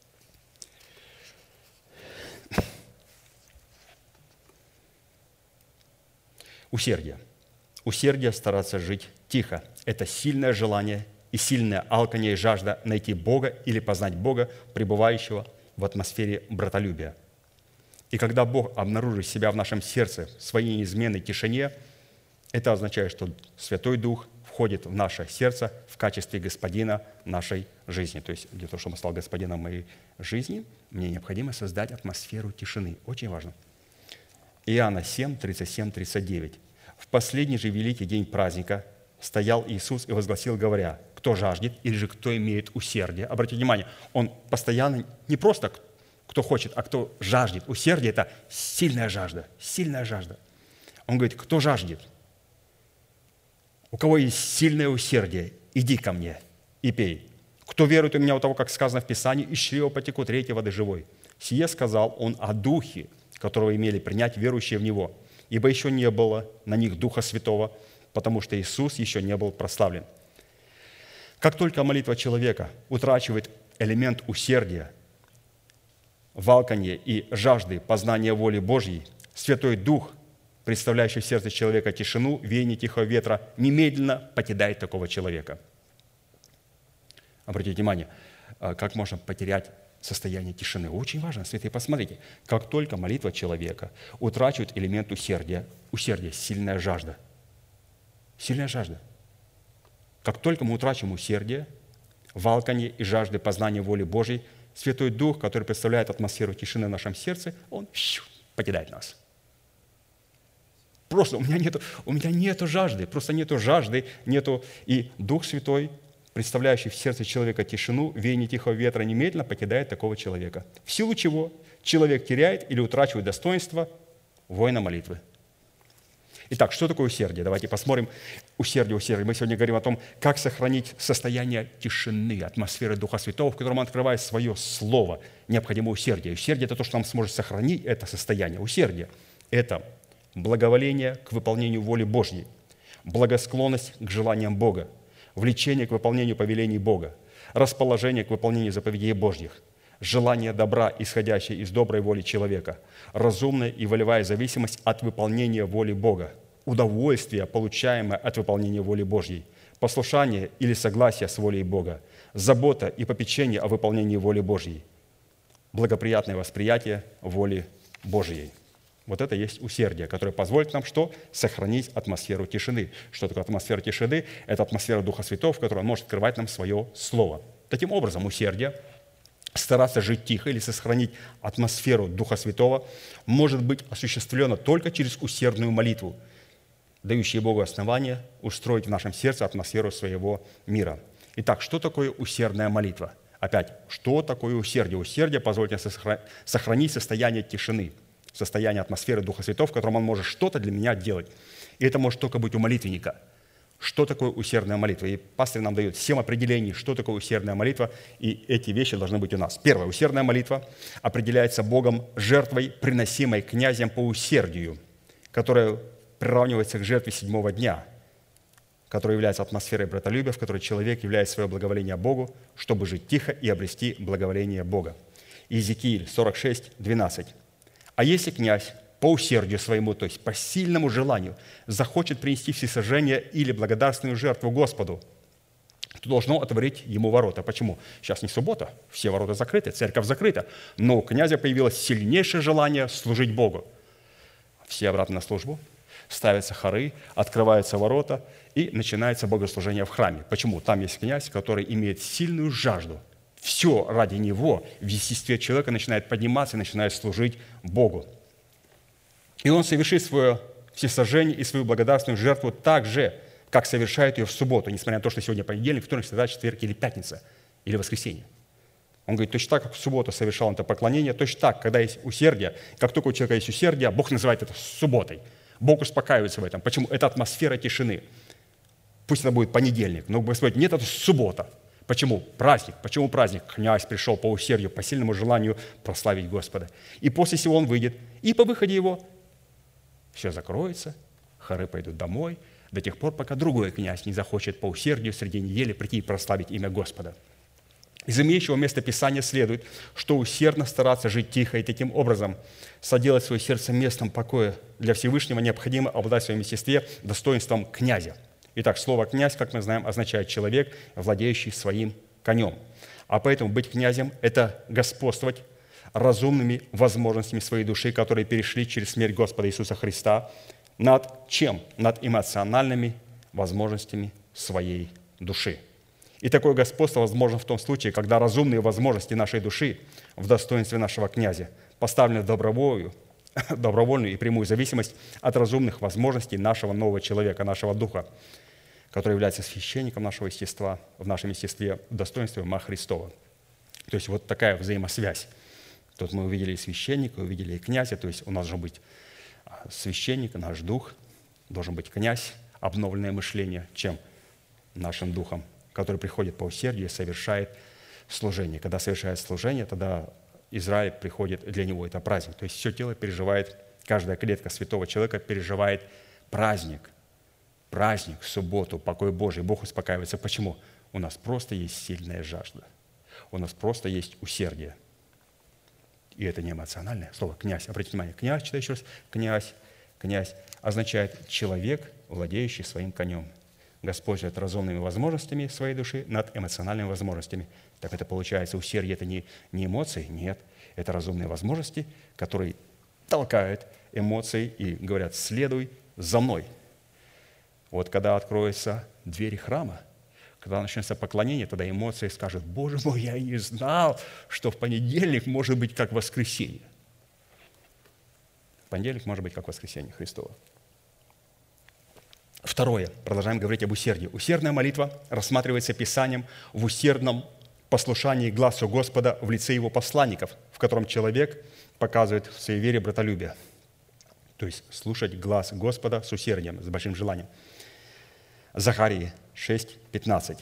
Усердие. Усердие стараться жить тихо. Это сильное желание и сильное алканье и жажда найти Бога или познать Бога, пребывающего в атмосфере братолюбия. И когда Бог обнаружит себя в нашем сердце, в своей неизменной тишине, это означает, что Святой Дух входит в наше сердце в качестве Господина нашей жизни. То есть для того, чтобы он стал Господином моей жизни, мне необходимо создать атмосферу тишины. Очень важно. Иоанна 7, 37, 39. «В последний же великий день праздника стоял Иисус и возгласил, говоря, кто жаждет или же кто имеет усердие». Обратите внимание, он постоянно не просто кто хочет, а кто жаждет. Усердие – это сильная жажда, сильная жажда. Он говорит, кто жаждет, у кого есть сильное усердие, иди ко мне и пей. Кто верует у меня, у того, как сказано в Писании, из чрева потекут реки воды живой. Сие сказал он о Духе, которого имели принять верующие в Него, ибо еще не было на них Духа Святого, потому что Иисус еще не был прославлен. Как только молитва человека утрачивает элемент усердия, валканья и жажды познания воли Божьей, Святой Дух, представляющий в сердце человека тишину, веяние тихого ветра, немедленно покидает такого человека. Обратите внимание, как можно потерять состояние тишины. Очень важно, святые, посмотрите, как только молитва человека утрачивает элемент усердия, сильная жажда. Сильная жажда. Как только мы утрачиваем усердие, валканье и жажды познания воли Божьей, Святой Дух, который представляет атмосферу тишины в нашем сердце, он покидает нас. Просто у меня нету жажды, просто нету жажды, нету. И Дух Святой, представляющий в сердце человека тишину, веяние тихого ветра, немедленно покидает такого человека. В силу чего человек теряет или утрачивает достоинство воина молитвы. Итак, что такое усердие? Давайте посмотрим усердие. Мы сегодня говорим о том, как сохранить состояние тишины, атмосферы Духа Святого, в котором он открывает свое Слово. Необходимо усердие. Усердие – это то, что нам сможет сохранить это состояние. Усердие – это благоволение к выполнению воли Божьей, благосклонность к желаниям Бога, влечение к выполнению повелений Бога, расположение к выполнению заповедей Божьих, желание добра, исходящее из доброй воли человека, разумная и волевая зависимость от выполнения воли Бога, удовольствие, получаемое от выполнения воли Божьей, послушание или согласие с волей Бога, забота и попечение о выполнении воли Божьей, благоприятное восприятие воли Божьей. Вот это есть усердие, которое позволит нам что? Сохранить атмосферу тишины. Что такое атмосфера тишины? Это атмосфера Духа Святого, в которой Он может открывать нам свое Слово. Таким образом, усердие, стараться жить тихо или сохранить атмосферу Духа Святого, может быть осуществлено только через усердную молитву, дающую Богу основание устроить в нашем сердце атмосферу своего мира. Итак, что такое усердная молитва? Опять, что такое усердие? Усердие позволит нам сохранить состояние тишины, состояние атмосферы Духа Святого, в котором Он может что-то для меня делать. И это может только быть у молитвенника. Что такое усердная молитва? И пастырь нам дает 7 определений, что такое усердная молитва, и эти вещи должны быть у нас. Первое. Усердная молитва определяется Богом жертвой, приносимой князем по усердию, которая приравнивается к жертве 7-го дня, которая является атмосферой братолюбия, в которой человек являет свое благоволение Богу, чтобы жить тихо и обрести благоволение Бога. Иезекииль 46, 12. «А если князь по усердию своему, то есть по сильному желанию, захочет принести всесожжение или благодарственную жертву Господу, то должно отворить ему ворота». Почему? Сейчас не суббота, все ворота закрыты, церковь закрыта, но у князя появилось сильнейшее желание служить Богу. Все обратно на службу. ставятся хоры, открываются ворота, и начинается богослужение в храме. Почему? Там есть князь, который имеет сильную жажду. Все ради него в естестве человека начинает подниматься и начинает служить Богу. И он совершит свое всесожжение и свою благодарственную жертву так же, как совершает ее в субботу, несмотря на то, что сегодня понедельник, вторник, среда, четверг или пятница, или воскресенье. Он говорит, точно так, как в субботу совершал он это поклонение, точно так, когда есть усердие, как только у человека есть усердие, Бог называет это субботой. Бог успокаивается в этом. Почему? Это атмосфера тишины. Пусть это будет понедельник, но Господь, нет, это суббота. Почему? Праздник. Почему праздник? Князь пришел по усердию, по сильному желанию прославить Господа. И после сего он выйдет, и по выходе его все закроется, хоры пойдут домой, до тех пор, пока другой князь не захочет по усердию среди недели прийти и прославить имя Господа. Из имеющего места Писания следует, что усердно стараться жить тихо и таким образом соделать свое сердце местом покоя для Всевышнего необходимо обладать в своем естестве достоинством князя. Итак, слово «князь», как мы знаем, означает человек, владеющий своим конем. А поэтому быть князем – это господствовать разумными возможностями своей души, которые перешли через смерть Господа Иисуса Христа, над чем? Над эмоциональными возможностями своей души. И такое господство возможно в том случае, когда разумные возможности нашей души в достоинстве нашего князя поставлены в добровольную и прямую зависимость от разумных возможностей нашего нового человека, нашего духа, который является священником нашего естества, в нашем естестве в достоинстве ума Христова. То есть вот такая взаимосвязь. Тут мы увидели и священника, увидели и князя, то есть у нас должен быть священник, наш дух, должен быть князь, обновленное мышление, чем нашим духом, который приходит по усердию и совершает служение. Когда совершает служение, тогда Израиль приходит, для него это праздник. То есть все тело переживает, каждая клетка святого человека переживает праздник, в субботу, покой Божий. Бог успокаивается. Почему? У нас просто есть сильная жажда. У нас просто есть усердие. И это не эмоциональное слово «князь». Обратите внимание, князь, читаю еще раз, князь означает человек, владеющий своим конем. Господь живет разумными возможностями своей души над эмоциональными возможностями. Так это получается, усердие – это не эмоции, нет. Это разумные возможности, которые толкают эмоции и говорят «следуй за мной». Вот когда откроются двери храма, когда начнется поклонение, тогда эмоции скажут «Боже мой, я и не знал, что в понедельник может быть как воскресенье». В понедельник может быть как воскресенье Христово. Второе. Продолжаем говорить об усердии. Усердная молитва рассматривается Писанием в усердном послушании гласу Господа в лице Его посланников, в котором человек показывает в своей вере братолюбие. То есть слушать глас Господа с усердием, с большим желанием. Захарии 6:15.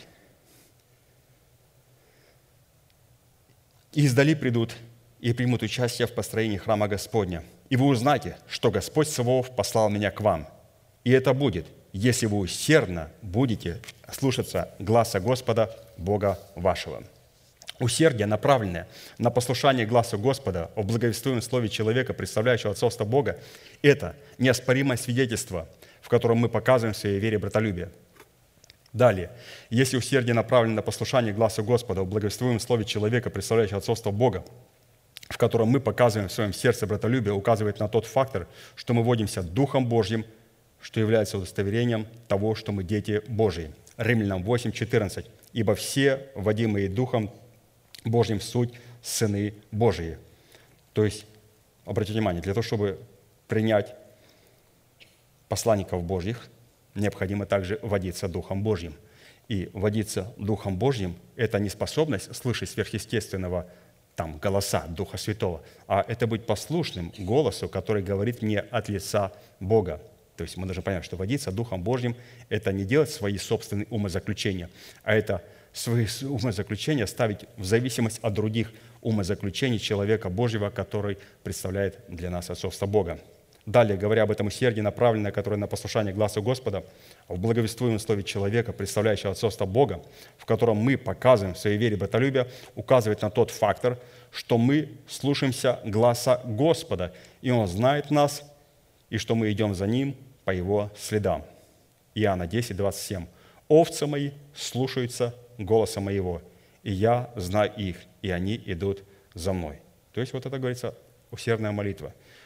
«И издали придут и примут участие в построении храма Господня. И вы узнаете, что Господь Саваоф послал меня к вам. И это будет, если вы усердно будете слушаться гласа Господа, Бога вашего». Усердие, направленное на послушание гласу Господа о благовествуемом слове человека, представляющего отцовство Бога, это неоспоримое свидетельство, в котором мы показываем в своей вере братолюбие. Далее, если усердие направлено на послушание гласу Господа о благовествуемом слове человека, представляющего отцовство Бога, в котором мы показываем в своем сердце братолюбие, указывает на тот фактор, что мы водимся Духом Божьим, что является удостоверением того, что мы дети Божьи. Римлянам 8:14. «Ибо все, водимые Духом Божьим, суть сыны Божьи». То есть, обратите внимание, для того, чтобы принять посланников Божьих, необходимо также водиться Духом Божьим. И водиться Духом Божьим – это не способность слышать сверхъестественного голоса Духа Святого, а это быть послушным голосу, который говорит мне от лица Бога. То есть мы должны понять, что водиться Духом Божьим – это не делать свои собственные умозаключения, а это свои умозаключения ставить в зависимость от других умозаключений человека Божьего, который представляет для нас отцовство Бога. Далее, говоря об этом усердии, направленное, которое на послушание гласу Господа, в благовествуемом слове человека, представляющего отцовство Бога, в котором мы показываем в своей вере братолюбие, указывает на тот фактор, что мы слушаемся гласа Господа, и Он знает нас, и что мы идем за Ним по Его следам. Иоанна 10:27. «Овцы мои слушаются голоса моего, и я знаю их, и они идут за мной». То есть вот это говорится усердная молитва.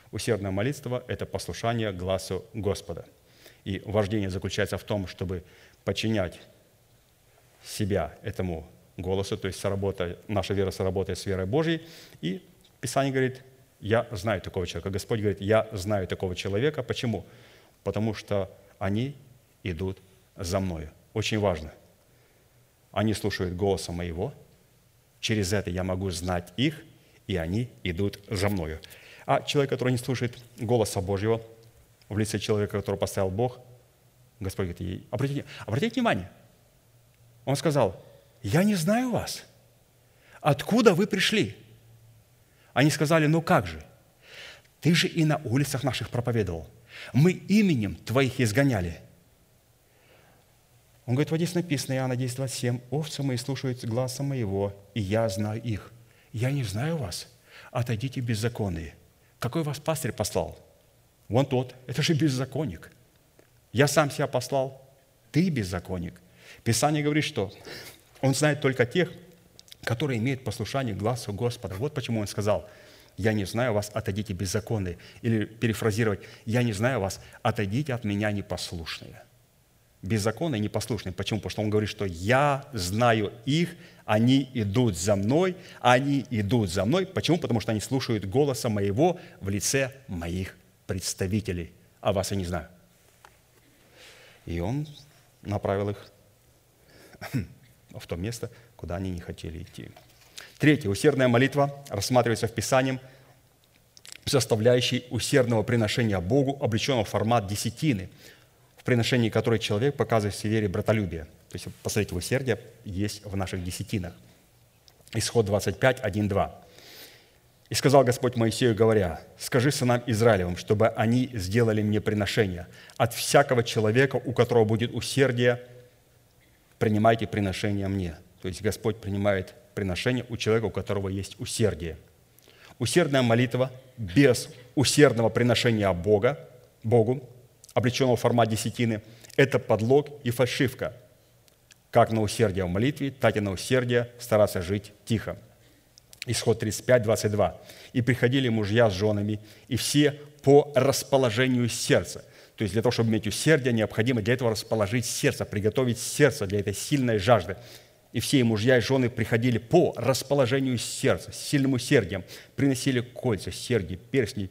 Усердная молитва – это послушание гласу Господа. И вождение заключается в том, чтобы подчинять себя этому голосу, то есть наша вера соработает с верой Божьей. И Писание говорит, я знаю такого человека. Господь говорит, я знаю такого человека. Почему? Потому что они идут за мною. Очень важно. Они слушают голоса моего, через это я могу знать их, и они идут за мною. А человек, который не слушает голоса Божьего, в лице человека, которого поставил Бог, Господь говорит ей, обратите внимание, Он сказал, я не знаю вас. Откуда вы пришли? Они сказали, ну как же? Ты же и на улицах наших проповедовал. Мы именем Твоих изгоняли. Он говорит, вот здесь написано, Иоанна 10:27, овцы мои слушают гласа моего, и я знаю их. Я не знаю вас. Отойдите, беззаконные. Какой вас пастырь послал? Вон тот. Это же беззаконник. Я сам себя послал. Ты беззаконник. Писание говорит, что Он знает только тех, которые имеют послушание к гласу Господа. Вот почему Он сказал, я не знаю вас, отойдите, беззаконные. Или перефразировать, я не знаю вас, отойдите от меня, непослушные. Беззаконные, непослушные. Почему? Потому что Он говорит, что я знаю их, они идут за мной, они идут за мной. Почему? Потому что они слушают голоса моего в лице моих представителей. А вас я не знаю. И Он направил их в то место, куда они не хотели идти. Третье. Усердная молитва рассматривается в Писании, составляющей усердного приношения Богу, облеченного в формат десятины, в приношении которой человек показывает в вере братолюбие. То есть, посмотрите, усердие есть в наших десятинах. Исход 25, 1, 2. «И сказал Господь Моисею, говоря, скажи сынам Израилевым, чтобы они сделали мне приношение. От всякого человека, у которого будет усердие, принимайте приношение мне». То есть Господь принимает приношение у человека, у которого есть усердие. Усердная молитва без усердного приношения Богу, облеченного в формат десятины, это подлог и фальшивка. Как на усердие в молитве, так и на усердие стараться жить тихо. Исход 35, 22. «И приходили мужья с женами, и все по расположению сердца». То есть для того, чтобы иметь усердие, необходимо для этого расположить сердце, приготовить сердце для этой сильной жажды. «И все мужья и жены приходили по расположению сердца, с сильным усердием, приносили кольца, серьги, перстни,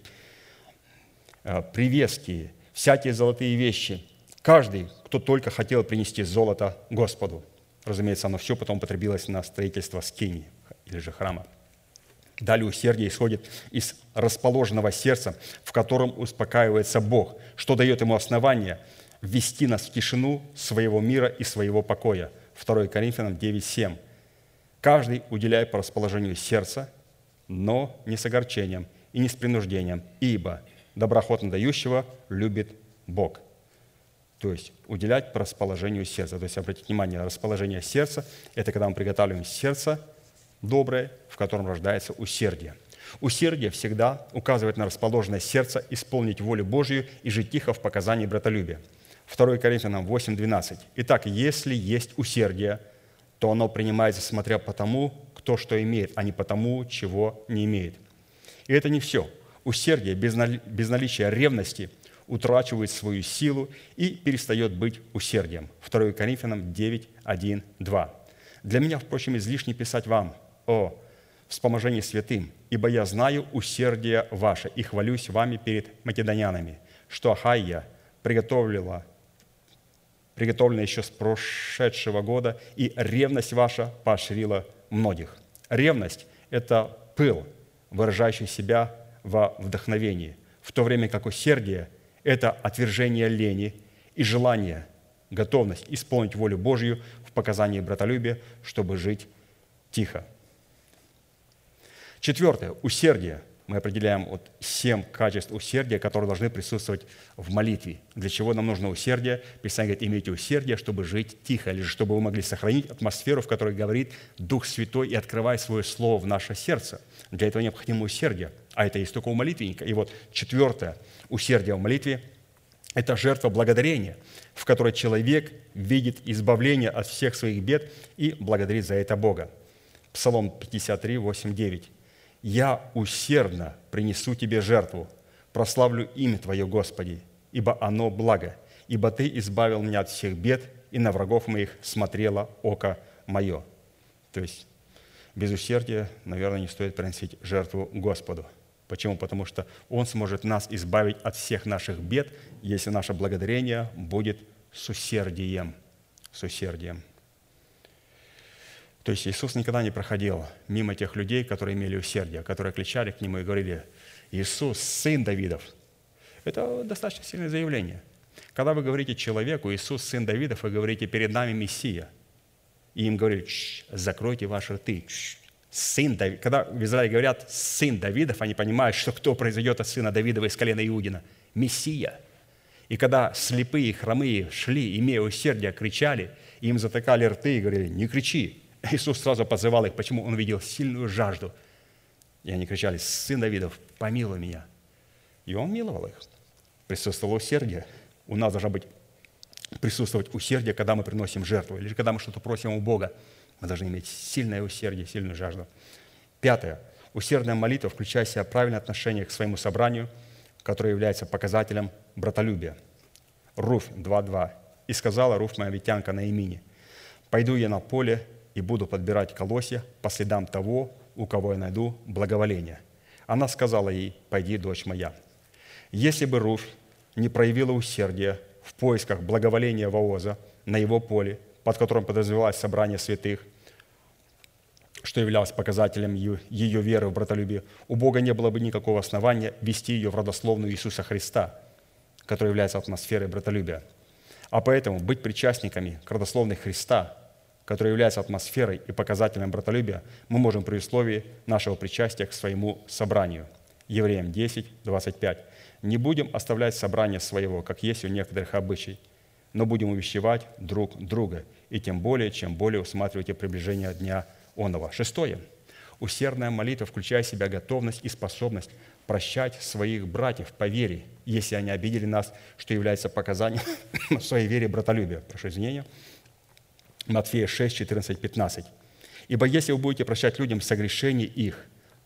привески, всякие золотые вещи. Каждый, кто только хотел принести золото Господу». Разумеется, оно все потом употребилось на строительство скинии или же храма. Далее усердие исходит из расположенного сердца, в котором успокаивается Бог, что дает ему основание ввести нас в тишину своего мира и своего покоя. 2 Коринфянам 9:7. «Каждый уделяет по расположению сердца, но не с огорчением и не с принуждением, ибо доброохотно дающего любит Бог». То есть уделять по расположению сердца. То есть обратите внимание, расположение сердца – это когда мы приготавливаем сердце доброе, в котором рождается усердие. Усердие всегда указывает на расположенное сердце исполнить волю Божию и жить тихо в показании братолюбия. 2 Коринфянам 8:12. «Итак, если есть усердие, то оно принимается, смотря по тому, кто что имеет, а не по тому, чего не имеет». И это не все. Усердие без наличия ревности утрачивает свою силу и перестает быть усердием. 2 Коринфянам 9:1, 2. «Для меня, впрочем, излишне писать вам о вспоможении святым, ибо я знаю усердие ваше и хвалюсь вами перед македонянами, что Ахайя приготовлена еще с прошедшего года, и ревность ваша поощрила многих». Ревность – это пыл, выражающий себя во вдохновении, в то время как усердие – это отвержение лени и желание, готовность исполнить волю Божью в показании братолюбия, чтобы жить тихо. Четвертое. Усердие. Мы определяем 7 качеств усердия, которые должны присутствовать в молитве. Для чего нам нужно усердие? Писание говорит, имейте усердие, чтобы жить тихо, или чтобы вы могли сохранить атмосферу, в которой говорит Дух Святой и открывает свое Слово в наше сердце. Для этого необходимо усердие. А это есть только у молитвенника. И вот четвертое. Усердие в молитве – это жертва благодарения, в которой человек видит избавление от всех своих бед и благодарит за это Бога. Псалом 53, 8, 9. «Я усердно принесу тебе жертву, прославлю имя Твое, Господи, ибо оно благо, ибо Ты избавил меня от всех бед, и на врагов моих смотрело око мое». То есть без усердия, наверное, не стоит приносить жертву Господу. Почему? Потому что Он сможет нас избавить от всех наших бед, если наше благодарение будет с усердием. С усердием. То есть Иисус никогда не проходил мимо тех людей, которые имели усердие, которые кричали к Нему и говорили: «Иисус, Сын Давидов». Это достаточно сильное заявление. Когда вы говорите человеку: «Иисус, Сын Давидов», вы говорите: «Перед нами Мессия». И им говорили: «Закройте ваши рты». Сын Давид. Когда в Израиле говорят «сын Давидов», они понимают, что кто произойдет от сына Давидова из колена Иудина? Мессия. И когда слепые, хромые шли, имея усердие, кричали, им затыкали рты и говорили: «Не кричи». Иисус сразу позывал их. Почему? Он видел сильную жажду. И они кричали: «Сын Давидов, помилуй меня». И Он миловал их. Присутствовало усердие. У нас должно быть присутствовать усердие, когда мы приносим жертву, или когда мы что-то просим у Бога. Мы должны иметь сильное усердие, сильную жажду. 5. Усердная молитва включает в себя правильное отношение к своему собранию, которое является показателем братолюбия. Руфь 2:2. «И сказала Руфь, моавитянка, Наимине: пойду я на поле и буду подбирать колосья по следам того, у кого я найду благоволение. Она сказала ей: пойди, дочь моя». Если бы Руфь не проявила усердия в поисках благоволения Вооза на его поле, под которым подразумевалось собрание святых, что являлось показателем ее веры в братолюбие, у Бога не было бы никакого основания вести ее в родословную Иисуса Христа, который является атмосферой братолюбия. А поэтому быть причастниками к родословной Христа, который является атмосферой и показателем братолюбия, мы можем при условии нашего причастия к своему собранию. Евреям 10:25. «Не будем оставлять собрание своего, как есть у некоторых обычай, но будем увещевать друг друга, и тем более, чем более усматриваете приближение дня оного». 6. Усердная молитва включает в себя готовность и способность прощать своих братьев по вере, если они обидели нас, что является показанием своей вере братолюбия. Прошу извинения. Матфея 6, 14, 15. «Ибо если вы будете прощать людям согрешения их,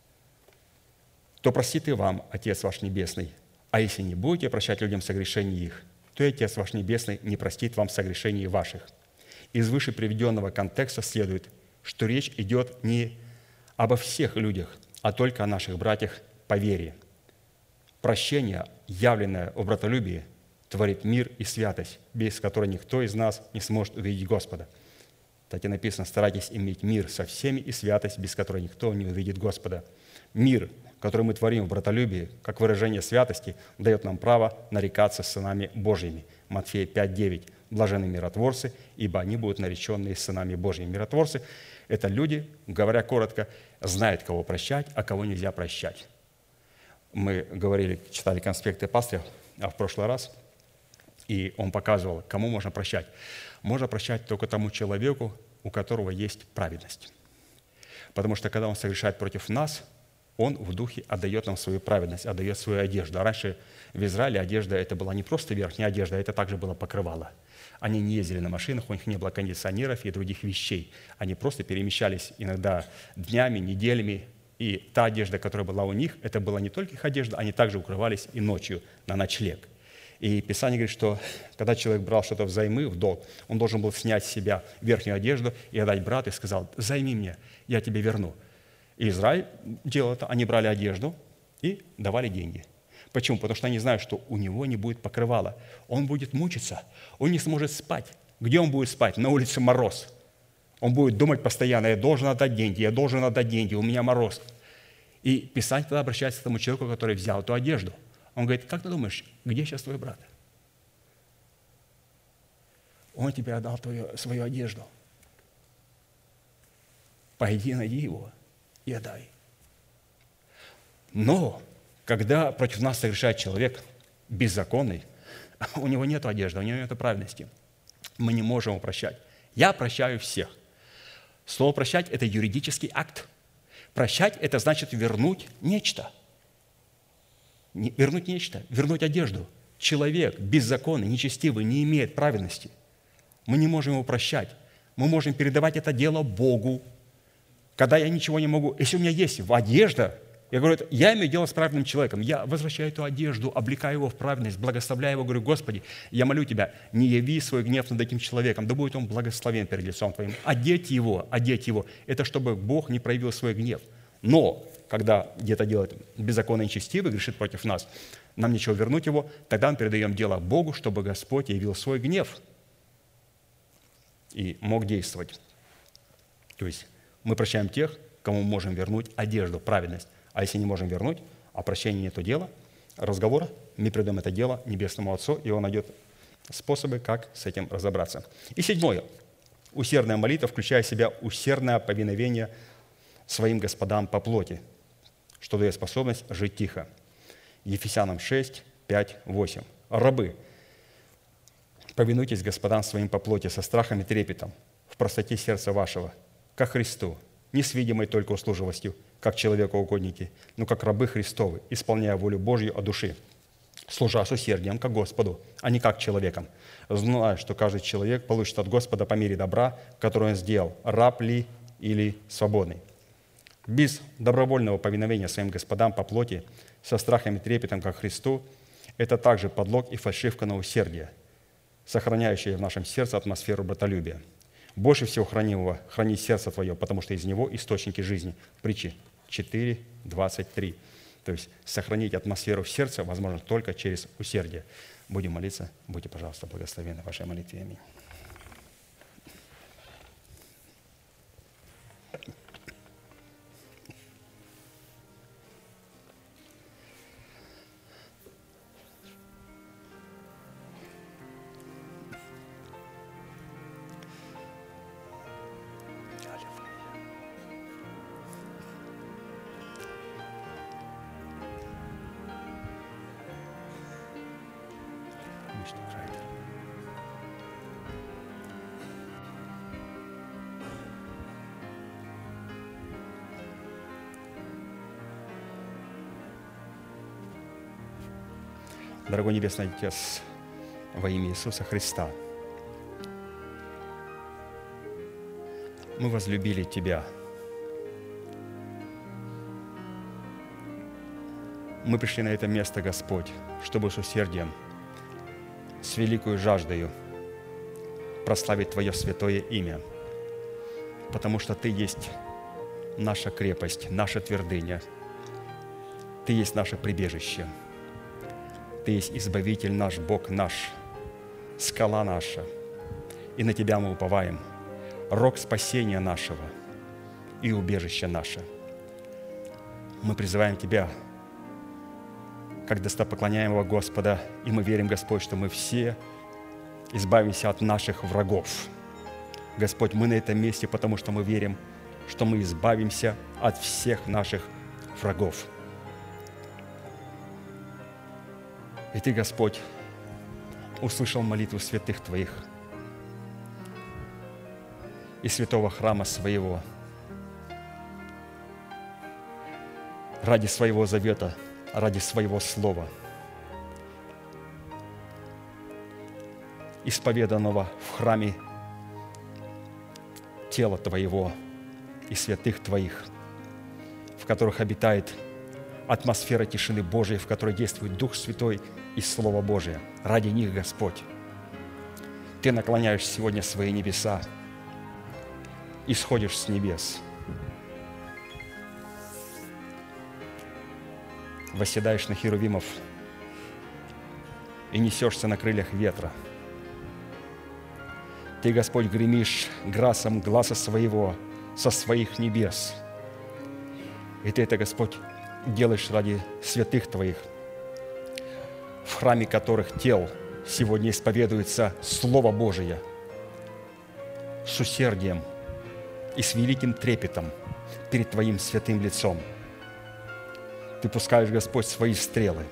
то простит и вам Отец ваш Небесный. А если не будете прощать людям согрешения их, то и Отец ваш Небесный не простит вам согрешений ваших». Из выше приведенного контекста следует, что речь идет не обо всех людях, а только о наших братьях по вере. Прощение, явленное в братолюбии, творит мир и святость, без которой никто из нас не сможет увидеть Господа. Так и написано: «Старайтесь иметь мир со всеми и святость, без которой никто не увидит Господа». Мир, который мы творим в братолюбии, как выражение святости, дает нам право нарекаться сынами Божьими. Матфея 5:9. «Блаженны миротворцы, ибо они будут нареченные сынами Божьими». Миротворцы – это люди, говоря коротко, знают, кого прощать, а кого нельзя прощать. Мы читали конспекты пастыря в прошлый раз, и он показывал, кому можно прощать. Можно прощать только тому человеку, у которого есть праведность. Потому что, когда он согрешает против нас, он в духе отдает нам свою праведность, отдает свою одежду. А раньше в Израиле одежда – это была не просто верхняя одежда, это также было покрывало. Они не ездили на машинах, у них не было кондиционеров и других вещей. Они просто перемещались иногда днями, неделями. И та одежда, которая была у них, это была не только их одежда, они также укрывались и ночью на ночлег. И Писание говорит, что когда человек брал что-то взаймы, в долг, он должен был снять с себя верхнюю одежду и отдать брату, и сказал: «Займи мне, я тебе верну». И Израиль делал это, они брали одежду и давали деньги. Почему? Потому что они знают, что у него не будет покрывала. Он будет мучиться, он не сможет спать. Где он будет спать? На улице мороз. Он будет думать постоянно: я должен отдать деньги, я должен отдать деньги, у меня мороз. И Писание тогда обращается к тому человеку, который взял эту одежду. Он говорит: как ты думаешь, где сейчас твой брат? Он тебе отдал свою одежду. Пойди, найди его и отдай. Но когда против нас согрешает человек беззаконный, у него нет одежды, у него нет праведности, мы не можем его прощать. Я прощаю всех. Слово «прощать» – это юридический акт. Прощать – это значит вернуть нечто. Вернуть нечто, вернуть одежду. Человек беззаконный, нечестивый, не имеет праведности. Мы не можем его прощать. Мы можем передавать это дело Богу. Когда я ничего не могу, если у меня есть одежда, Я говорю, я имею дело с праведным человеком. Я возвращаю эту одежду, облекаю его в праведность, благословляю его, говорю, Господи, я молю Тебя, не яви свой гнев над этим человеком, да будет он благословен перед лицом Твоим. Одеть его, это чтобы Бог не проявил свой гнев. Но, когда где-то делает беззаконно и нечестивый, грешит против нас, нам нечего вернуть его, тогда мы передаем дело Богу, чтобы Господь явил свой гнев и мог действовать. То есть мы прощаем тех, кому мы можем вернуть одежду, праведность. А если не можем вернуть, а прощение не то дело, разговора, мы предаем это дело Небесному Отцу, и Он найдет способы, как с этим разобраться. И 7. Усердная молитва, включая в себя усердное повиновение своим господам по плоти, что дает способность жить тихо. Ефесянам 6, 5, 8. Рабы, повинуйтесь господам своим по плоти со страхом и трепетом, в простоте сердца вашего, ко Христу, не с видимой только услуживостью, как человекоугодники, но как рабы Христовы, исполняя волю Божью от души, служа с усердием, как Господу, а не как человеком, зная, что каждый человек получит от Господа по мере добра, которое он сделал, раб ли или свободный. Без добровольного повиновения своим господам по плоти, со страхом и трепетом, как Христу, это также подлог и фальшивка на усердие, сохраняющая в нашем сердце атмосферу братолюбия. Больше всего храни сердце твое, потому что из него источники жизни. Притчи 4, 23. То есть сохранить атмосферу в сердце возможно только через усердие. Будем молиться. Будьте, пожалуйста, благословенны в вашей молитве. Аминь. Дорогой Небесный Отец, во имя Иисуса Христа, мы возлюбили Тебя. Мы пришли на это место, Господь, чтобы с усердием, с великою жаждою прославить Твое святое имя, потому что Ты есть наша крепость, наша твердыня, Ты есть наше прибежище, Ты есть Избавитель наш, Бог наш, скала наша, и на Тебя мы уповаем, рог спасения нашего и убежище наше. Мы призываем Тебя, как достопоклоняемого Господа, и мы верим, Господь, что мы все избавимся от наших врагов. Господь, мы на этом месте, потому что мы верим, что мы избавимся от всех наших врагов. И Ты, Господь, услышал молитву святых Твоих и святого храма Своего ради Своего завета, ради Своего Слова, исповеданного в храме тела Твоего и святых Твоих, в которых обитает атмосфера тишины Божией, в которой действует Дух Святой и Слово Божие. Ради них, Господь, Ты наклоняешь сегодня свои небеса и сходишь с небес, восседаешь на херувимов и несешься на крыльях ветра. Ты, Господь, гремишь гласом гласа своего со своих небес. И Ты это, Господь, делаешь ради святых Твоих, в храме которых тел сегодня исповедуется Слово Божие с усердием и с великим трепетом перед Твоим святым лицом. Ты пускаешь, Господь, свои стрелы.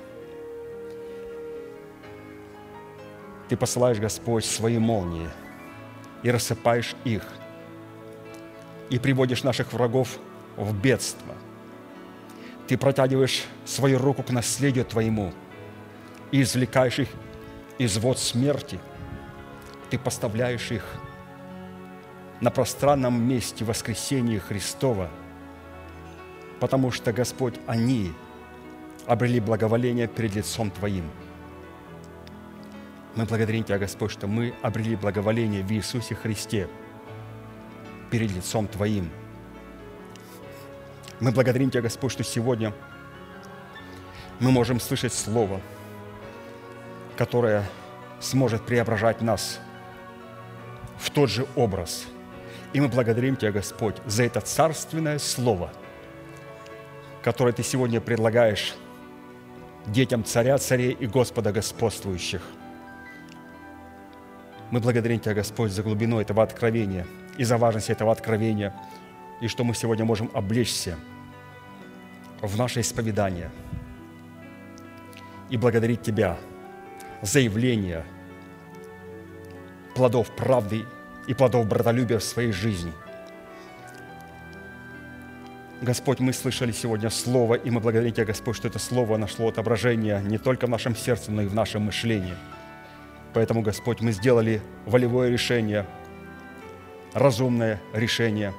Ты посылаешь, Господь, свои молнии и рассыпаешь их, и приводишь наших врагов в бедство. Ты протягиваешь свою руку к наследию Твоему и извлекаешь их из вод смерти. Ты поставляешь их на пространном месте воскресения Христова потому что, Господь, они обрели благоволение перед лицом Твоим. Мы благодарим Тебя, Господь, что мы обрели благоволение в Иисусе Христе перед лицом Твоим. Мы благодарим Тебя, Господь, что сегодня мы можем слышать Слово, которое сможет преображать нас в тот же образ. И мы благодарим Тебя, Господь, за это царственное Слово, которое Ты сегодня предлагаешь детям Царя Царей и Господа Господствующих. Мы благодарим Тебя, Господь, за глубину этого откровения и за важность этого откровения, и что мы сегодня можем облечься в наше исповедание и благодарить Тебя за явление плодов правды и плодов братолюбия в своей жизни. Господь, мы слышали сегодня Слово, и мы благодарим Тебя, Господь, что это Слово нашло отображение не только в нашем сердце, но и в нашем мышлении. Поэтому, Господь, мы сделали волевое решение, разумное решение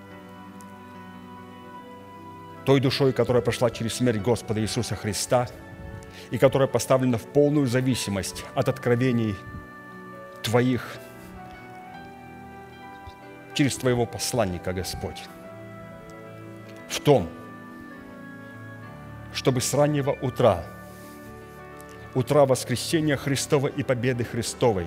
той душой, которая прошла через смерть Господа Иисуса Христа и которая поставлена в полную зависимость от откровений Твоих через Твоего посланника, Господь, в том, чтобы с раннего утра воскресения Христова и победы Христовой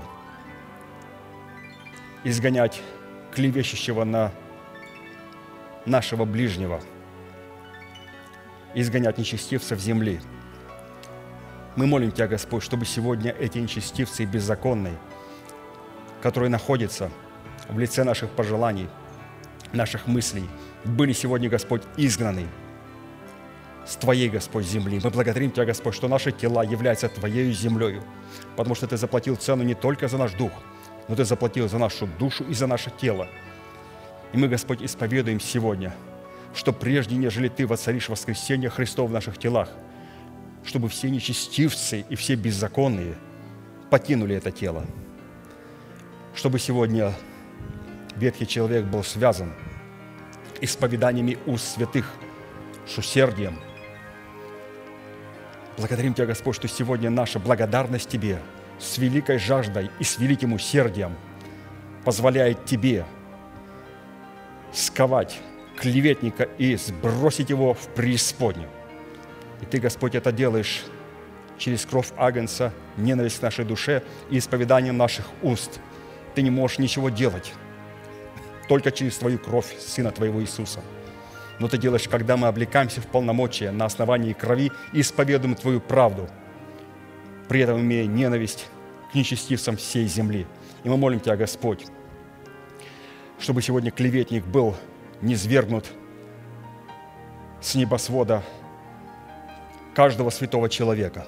изгонять клевещущего на нашего ближнего, изгонять нечестивцев земли. Мы молим Тебя, Господь, чтобы сегодня эти нечестивцы беззаконные, которые находятся в лице наших пожеланий, наших мыслей, были сегодня, Господь, изгнаны с Твоей, Господь, земли. Мы благодарим Тебя, Господь, что наши тела являются Твоею землею, потому что Ты заплатил цену не только за наш дух, но Ты заплатил за нашу душу и за наше тело. И мы, Господь, исповедуем сегодня, что прежде, нежели Ты воцаришь воскресение Христова в наших телах, чтобы все нечестивцы и все беззаконные покинули это тело, чтобы сегодня ветхий человек был связан исповеданиями уст святых с усердием. Благодарим Тебя, Господь, что сегодня наша благодарность Тебе с великой жаждой и с великим усердием позволяет Тебе сковать клеветника и сбросить его в преисподнюю. И Ты, Господь, это делаешь через кровь Агнца, ненависть к нашей душе и исповеданием наших уст. Ты не можешь ничего делать, только через Твою кровь Сына Твоего Иисуса. Но Ты делаешь, когда мы облекаемся в полномочия на основании крови и исповедуем Твою правду, при этом имея ненависть к нечестивцам всей земли. И мы молим Тебя, Господь, чтобы сегодня клеветник был низвергнут с небосвода каждого святого человека.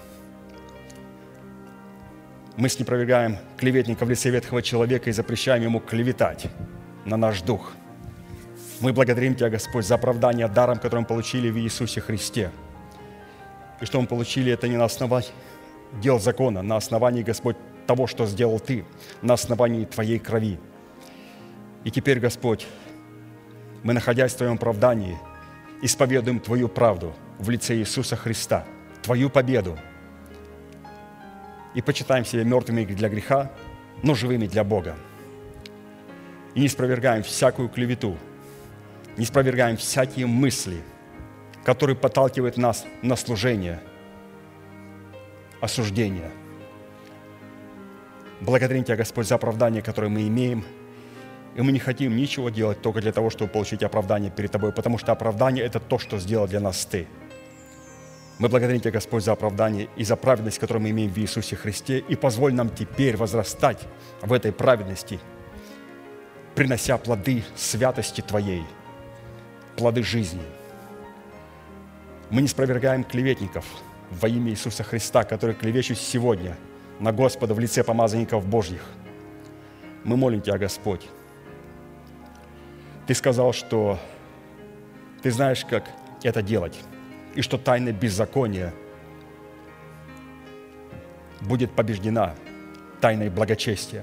Мы снепровергаем клеветника в лице ветхого человека и запрещаем ему клеветать на наш дух. Мы благодарим Тебя, Господь, за оправдание даром, который мы получили в Иисусе Христе. И что мы получили это не на основании дел закона, на основании, Господь, того, что сделал Ты, на основании Твоей крови. И теперь, Господь, мы, находясь в Твоем оправдании, исповедуем Твою правду в лице Иисуса Христа, Твою победу. И почитаем себя мертвыми для греха, но живыми для Бога. И не спровергаем всякую клевету, не спровергаем всякие мысли, которые подталкивают нас на служение, осуждение. Благодарим Тебя, Господь, за оправдание, которое мы имеем, и мы не хотим ничего делать только для того, чтобы получить оправдание перед Тобой, потому что оправдание – это то, что сделал для нас Ты. Мы благодарим Тебя, Господь, за оправдание и за праведность, которую мы имеем в Иисусе Христе, и позволь нам теперь возрастать в этой праведности, принося плоды святости Твоей, плоды жизни. Мы не спровергаем клеветников во имя Иисуса Христа, которые клевещут сегодня на Господа в лице помазанников Божьих. Мы молим Тебя, Господь. Ты сказал, что Ты знаешь, как это делать, и что тайна беззакония будет побеждена тайной благочестия.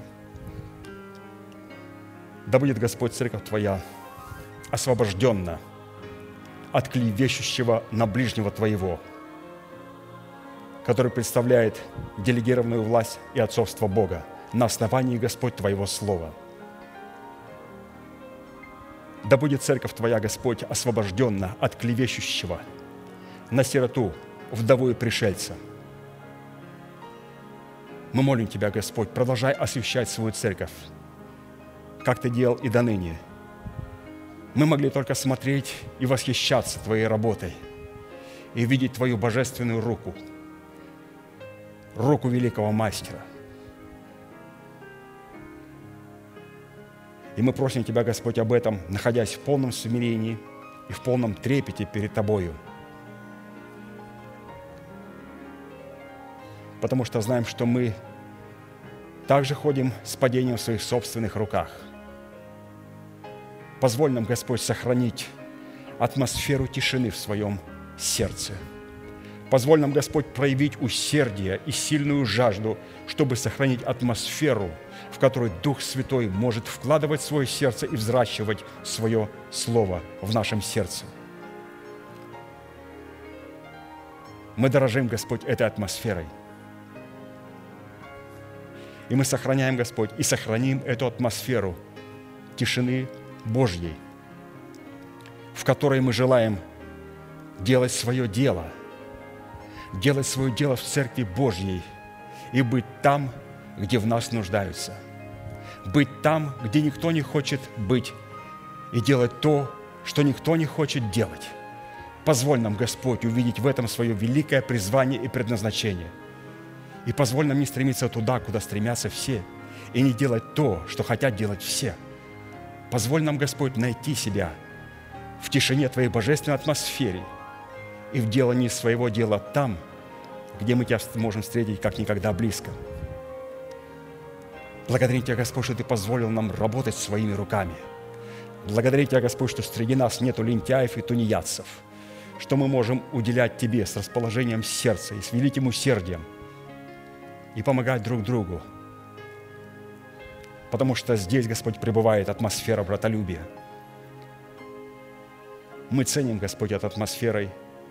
Да будет, Господь, церковь Твоя освобожденна от клевещущего на ближнего Твоего, который представляет делегированную власть и отцовство Бога на основании, Господь, Твоего Слова. Да будет церковь Твоя, Господь, освобожденна от клевещущего на сироту, вдову и пришельца. Мы молим Тебя, Господь, продолжай освящать свою церковь, как Ты делал и доныне. Мы могли только смотреть и восхищаться Твоей работой и видеть Твою божественную руку, руку великого мастера. И мы просим Тебя, Господь, об этом, находясь в полном смирении и в полном трепете перед Тобою. Потому что знаем, что мы также ходим с падением в своих собственных руках. Позволь нам, Господь, сохранить атмосферу тишины в своем сердце. Позволь нам, Господь, проявить усердие и сильную жажду, чтобы сохранить атмосферу, в которой Дух Святой может вкладывать в свое сердце и взращивать свое Слово в нашем сердце. Мы дорожим, Господь, этой атмосферой. И мы сохраняем, Господь, и сохраним эту атмосферу тишины Божьей, в которой мы желаем делать свое дело в Церкви Божьей и быть там, где в нас нуждаются, быть там, где никто не хочет быть, и делать то, что никто не хочет делать. Позволь нам, Господь, увидеть в этом свое великое призвание и предназначение. И позволь нам не стремиться туда, куда стремятся все, и не делать то, что хотят делать все. Позволь нам, Господь, найти себя в тишине Твоей божественной атмосфере и в делании своего дела там, где мы Тебя можем встретить как никогда близко. Благодарим Тебя, Господь, что Ты позволил нам работать своими руками. Благодарим Тебя, Господь, что среди нас нету лентяев и тунеядцев, что мы можем уделять Тебе с расположением сердца и с великим усердием и помогать друг другу, потому что здесь, Господь, пребывает атмосфера братолюбия. Мы ценим, Господь, этой атмосферой,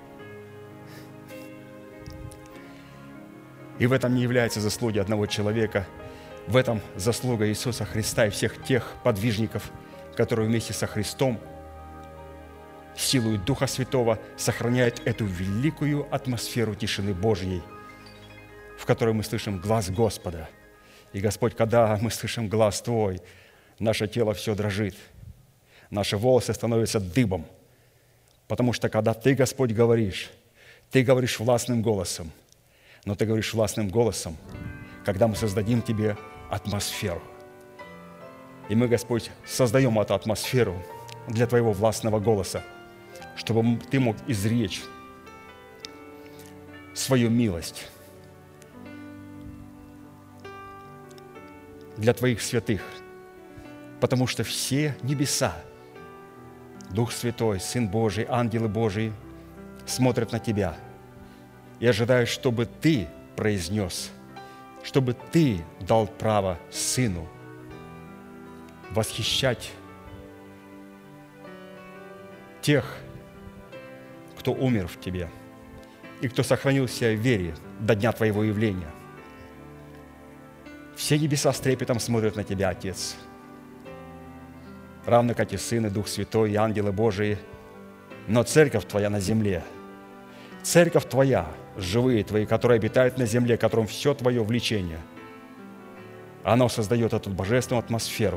и в этом не является заслуги одного человека, в этом заслуга Иисуса Христа и всех тех подвижников, которые вместе со Христом силою Духа Святого сохраняют эту великую атмосферу тишины Божьей, в которой мы слышим глас Господа. И, Господь, когда мы слышим глас Твой, наше тело все дрожит, наши волосы становятся дыбом, потому что, когда Ты, Господь, говоришь властным голосом, но Ты говоришь властным голосом, когда мы создадим Тебе атмосферу. И мы, Господь, создаем эту атмосферу для Твоего властного голоса, чтобы Ты мог изречь свою милость для Твоих святых, потому что все небеса, Дух Святой, Сын Божий, ангелы Божии смотрят на Тебя и ожидают, чтобы Ты произнес, чтобы Ты дал право Сыну восхищать тех, кто умер в Тебе и кто сохранился в вере до дня Твоего явления. Все небеса с трепетом смотрят на Тебя, Отец, равно как и Сын, и Дух Святой, и ангелы Божии. Но Церковь Твоя на земле, Церковь Твоя, живые Твои, которые обитают на земле, которым все Твое влечение, оно создает эту божественную атмосферу.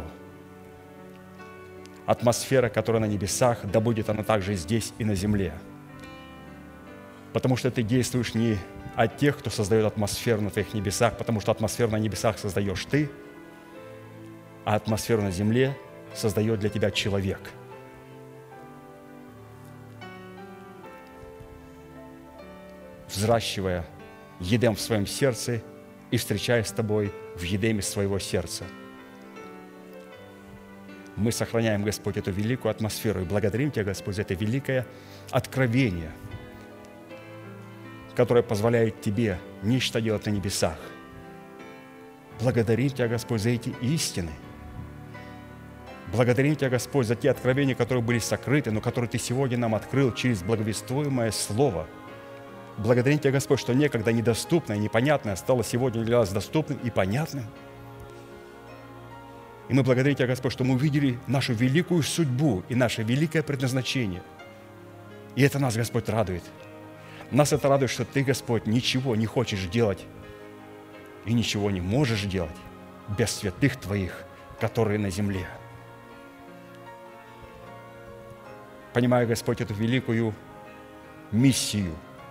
Атмосфера, которая на небесах, да будет она также здесь и на земле. Потому что Ты действуешь не от тех, кто создает атмосферу на Твоих небесах, потому что атмосферу на небесах создаешь Ты, а атмосферу на земле создает для Тебя человек. Взращивая едем в своем сердце и встречаясь с Тобой в едеме своего сердца. Мы сохраняем, Господь, эту великую атмосферу и благодарим Тебя, Господь, за это великое откровение, которое позволяет Тебе нечто делать на небесах. Благодарим Тебя, Господь, за эти истины, Благодарим Тебя, Господь, за те откровения, которые были сокрыты, но которые Ты сегодня нам открыл через благовествуемое Слово. Благодарим Тебя, Господь, что некогда недоступное, непонятное стало сегодня для нас доступным и понятным. И мы благодарим Тебя, Господь, что мы увидели нашу великую судьбу и наше великое предназначение. И это нас, Господь, радует. Нас это радует, что Ты, Господь, ничего не хочешь делать и ничего не можешь делать без святых Твоих, которые на земле. Понимаю, Господь, эту великую миссию.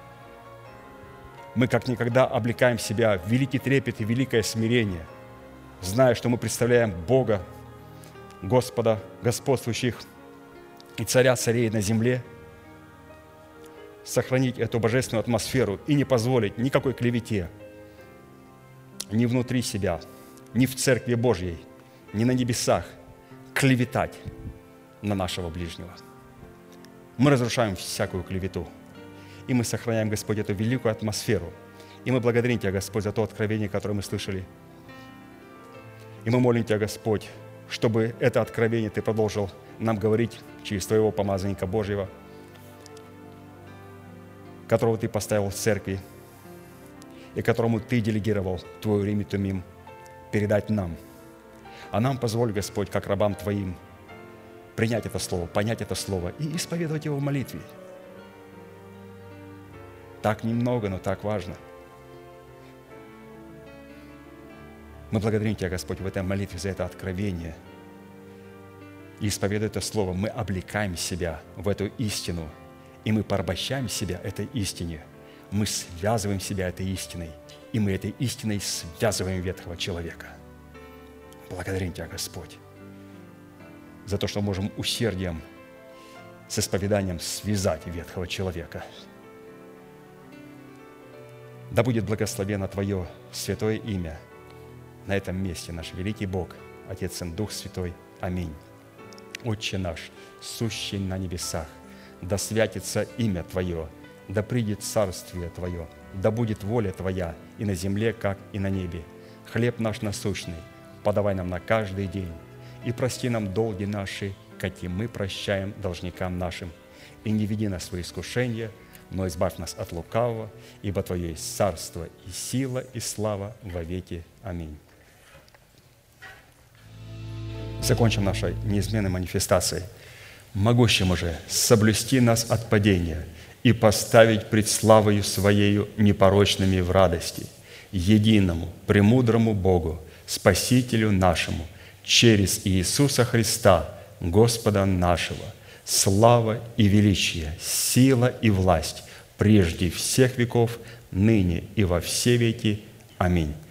Мы как никогда облекаем себя в великий трепет и великое смирение, зная, что мы представляем Бога, Господа, господствующих и Царя царей на земле, сохранить эту божественную атмосферу и не позволить никакой клевете ни внутри себя, ни в Церкви Божьей, ни на небесах клеветать на нашего ближнего. Мы разрушаем всякую клевету, и мы сохраняем, Господь, эту великую атмосферу. И мы благодарим Тебя, Господь, за то откровение, которое мы слышали. И мы молим Тебя, Господь, чтобы это откровение Ты продолжил нам говорить через Твоего помазанника Божьего, которого Ты поставил в церкви и которому Ты делегировал Твой Рим и Тумим передать нам. А нам позволь, Господь, как рабам Твоим, принять это Слово, понять это Слово и исповедовать его в молитве. Так немного, но так важно. Мы благодарим Тебя, Господь, в этой молитве за это откровение. И исповедуя это Слово, мы облекаем себя в эту истину, и мы порабощаем себя этой истине. Мы связываем себя этой истиной, и мы этой истиной связываем ветхого человека. Благодарим Тебя, Господь, за то, что можем усердием с исповеданием связать ветхого человека. Да будет благословено Твое святое имя на этом месте, наш великий Бог, Отец и Дух Святой. Аминь. Отче наш, сущий на небесах, да святится имя Твое, да придет царствие Твое, да будет воля Твоя и на земле, как и на небе. Хлеб наш насущный подавай нам на каждый день, и прости нам долги наши, как и мы прощаем должникам нашим. И не веди нас в свои искушения, но избавь нас от лукавого, ибо Твое есть царство и сила и слава во веки. Аминь. Закончим нашей неизменной манифестацией. Могущему же соблюсти нас от падения и поставить пред славою Своею непорочными в радости, единому, премудрому Богу, Спасителю нашему, через Иисуса Христа, Господа нашего, слава и величие, сила и власть прежде всех веков, ныне и во все веки. Аминь.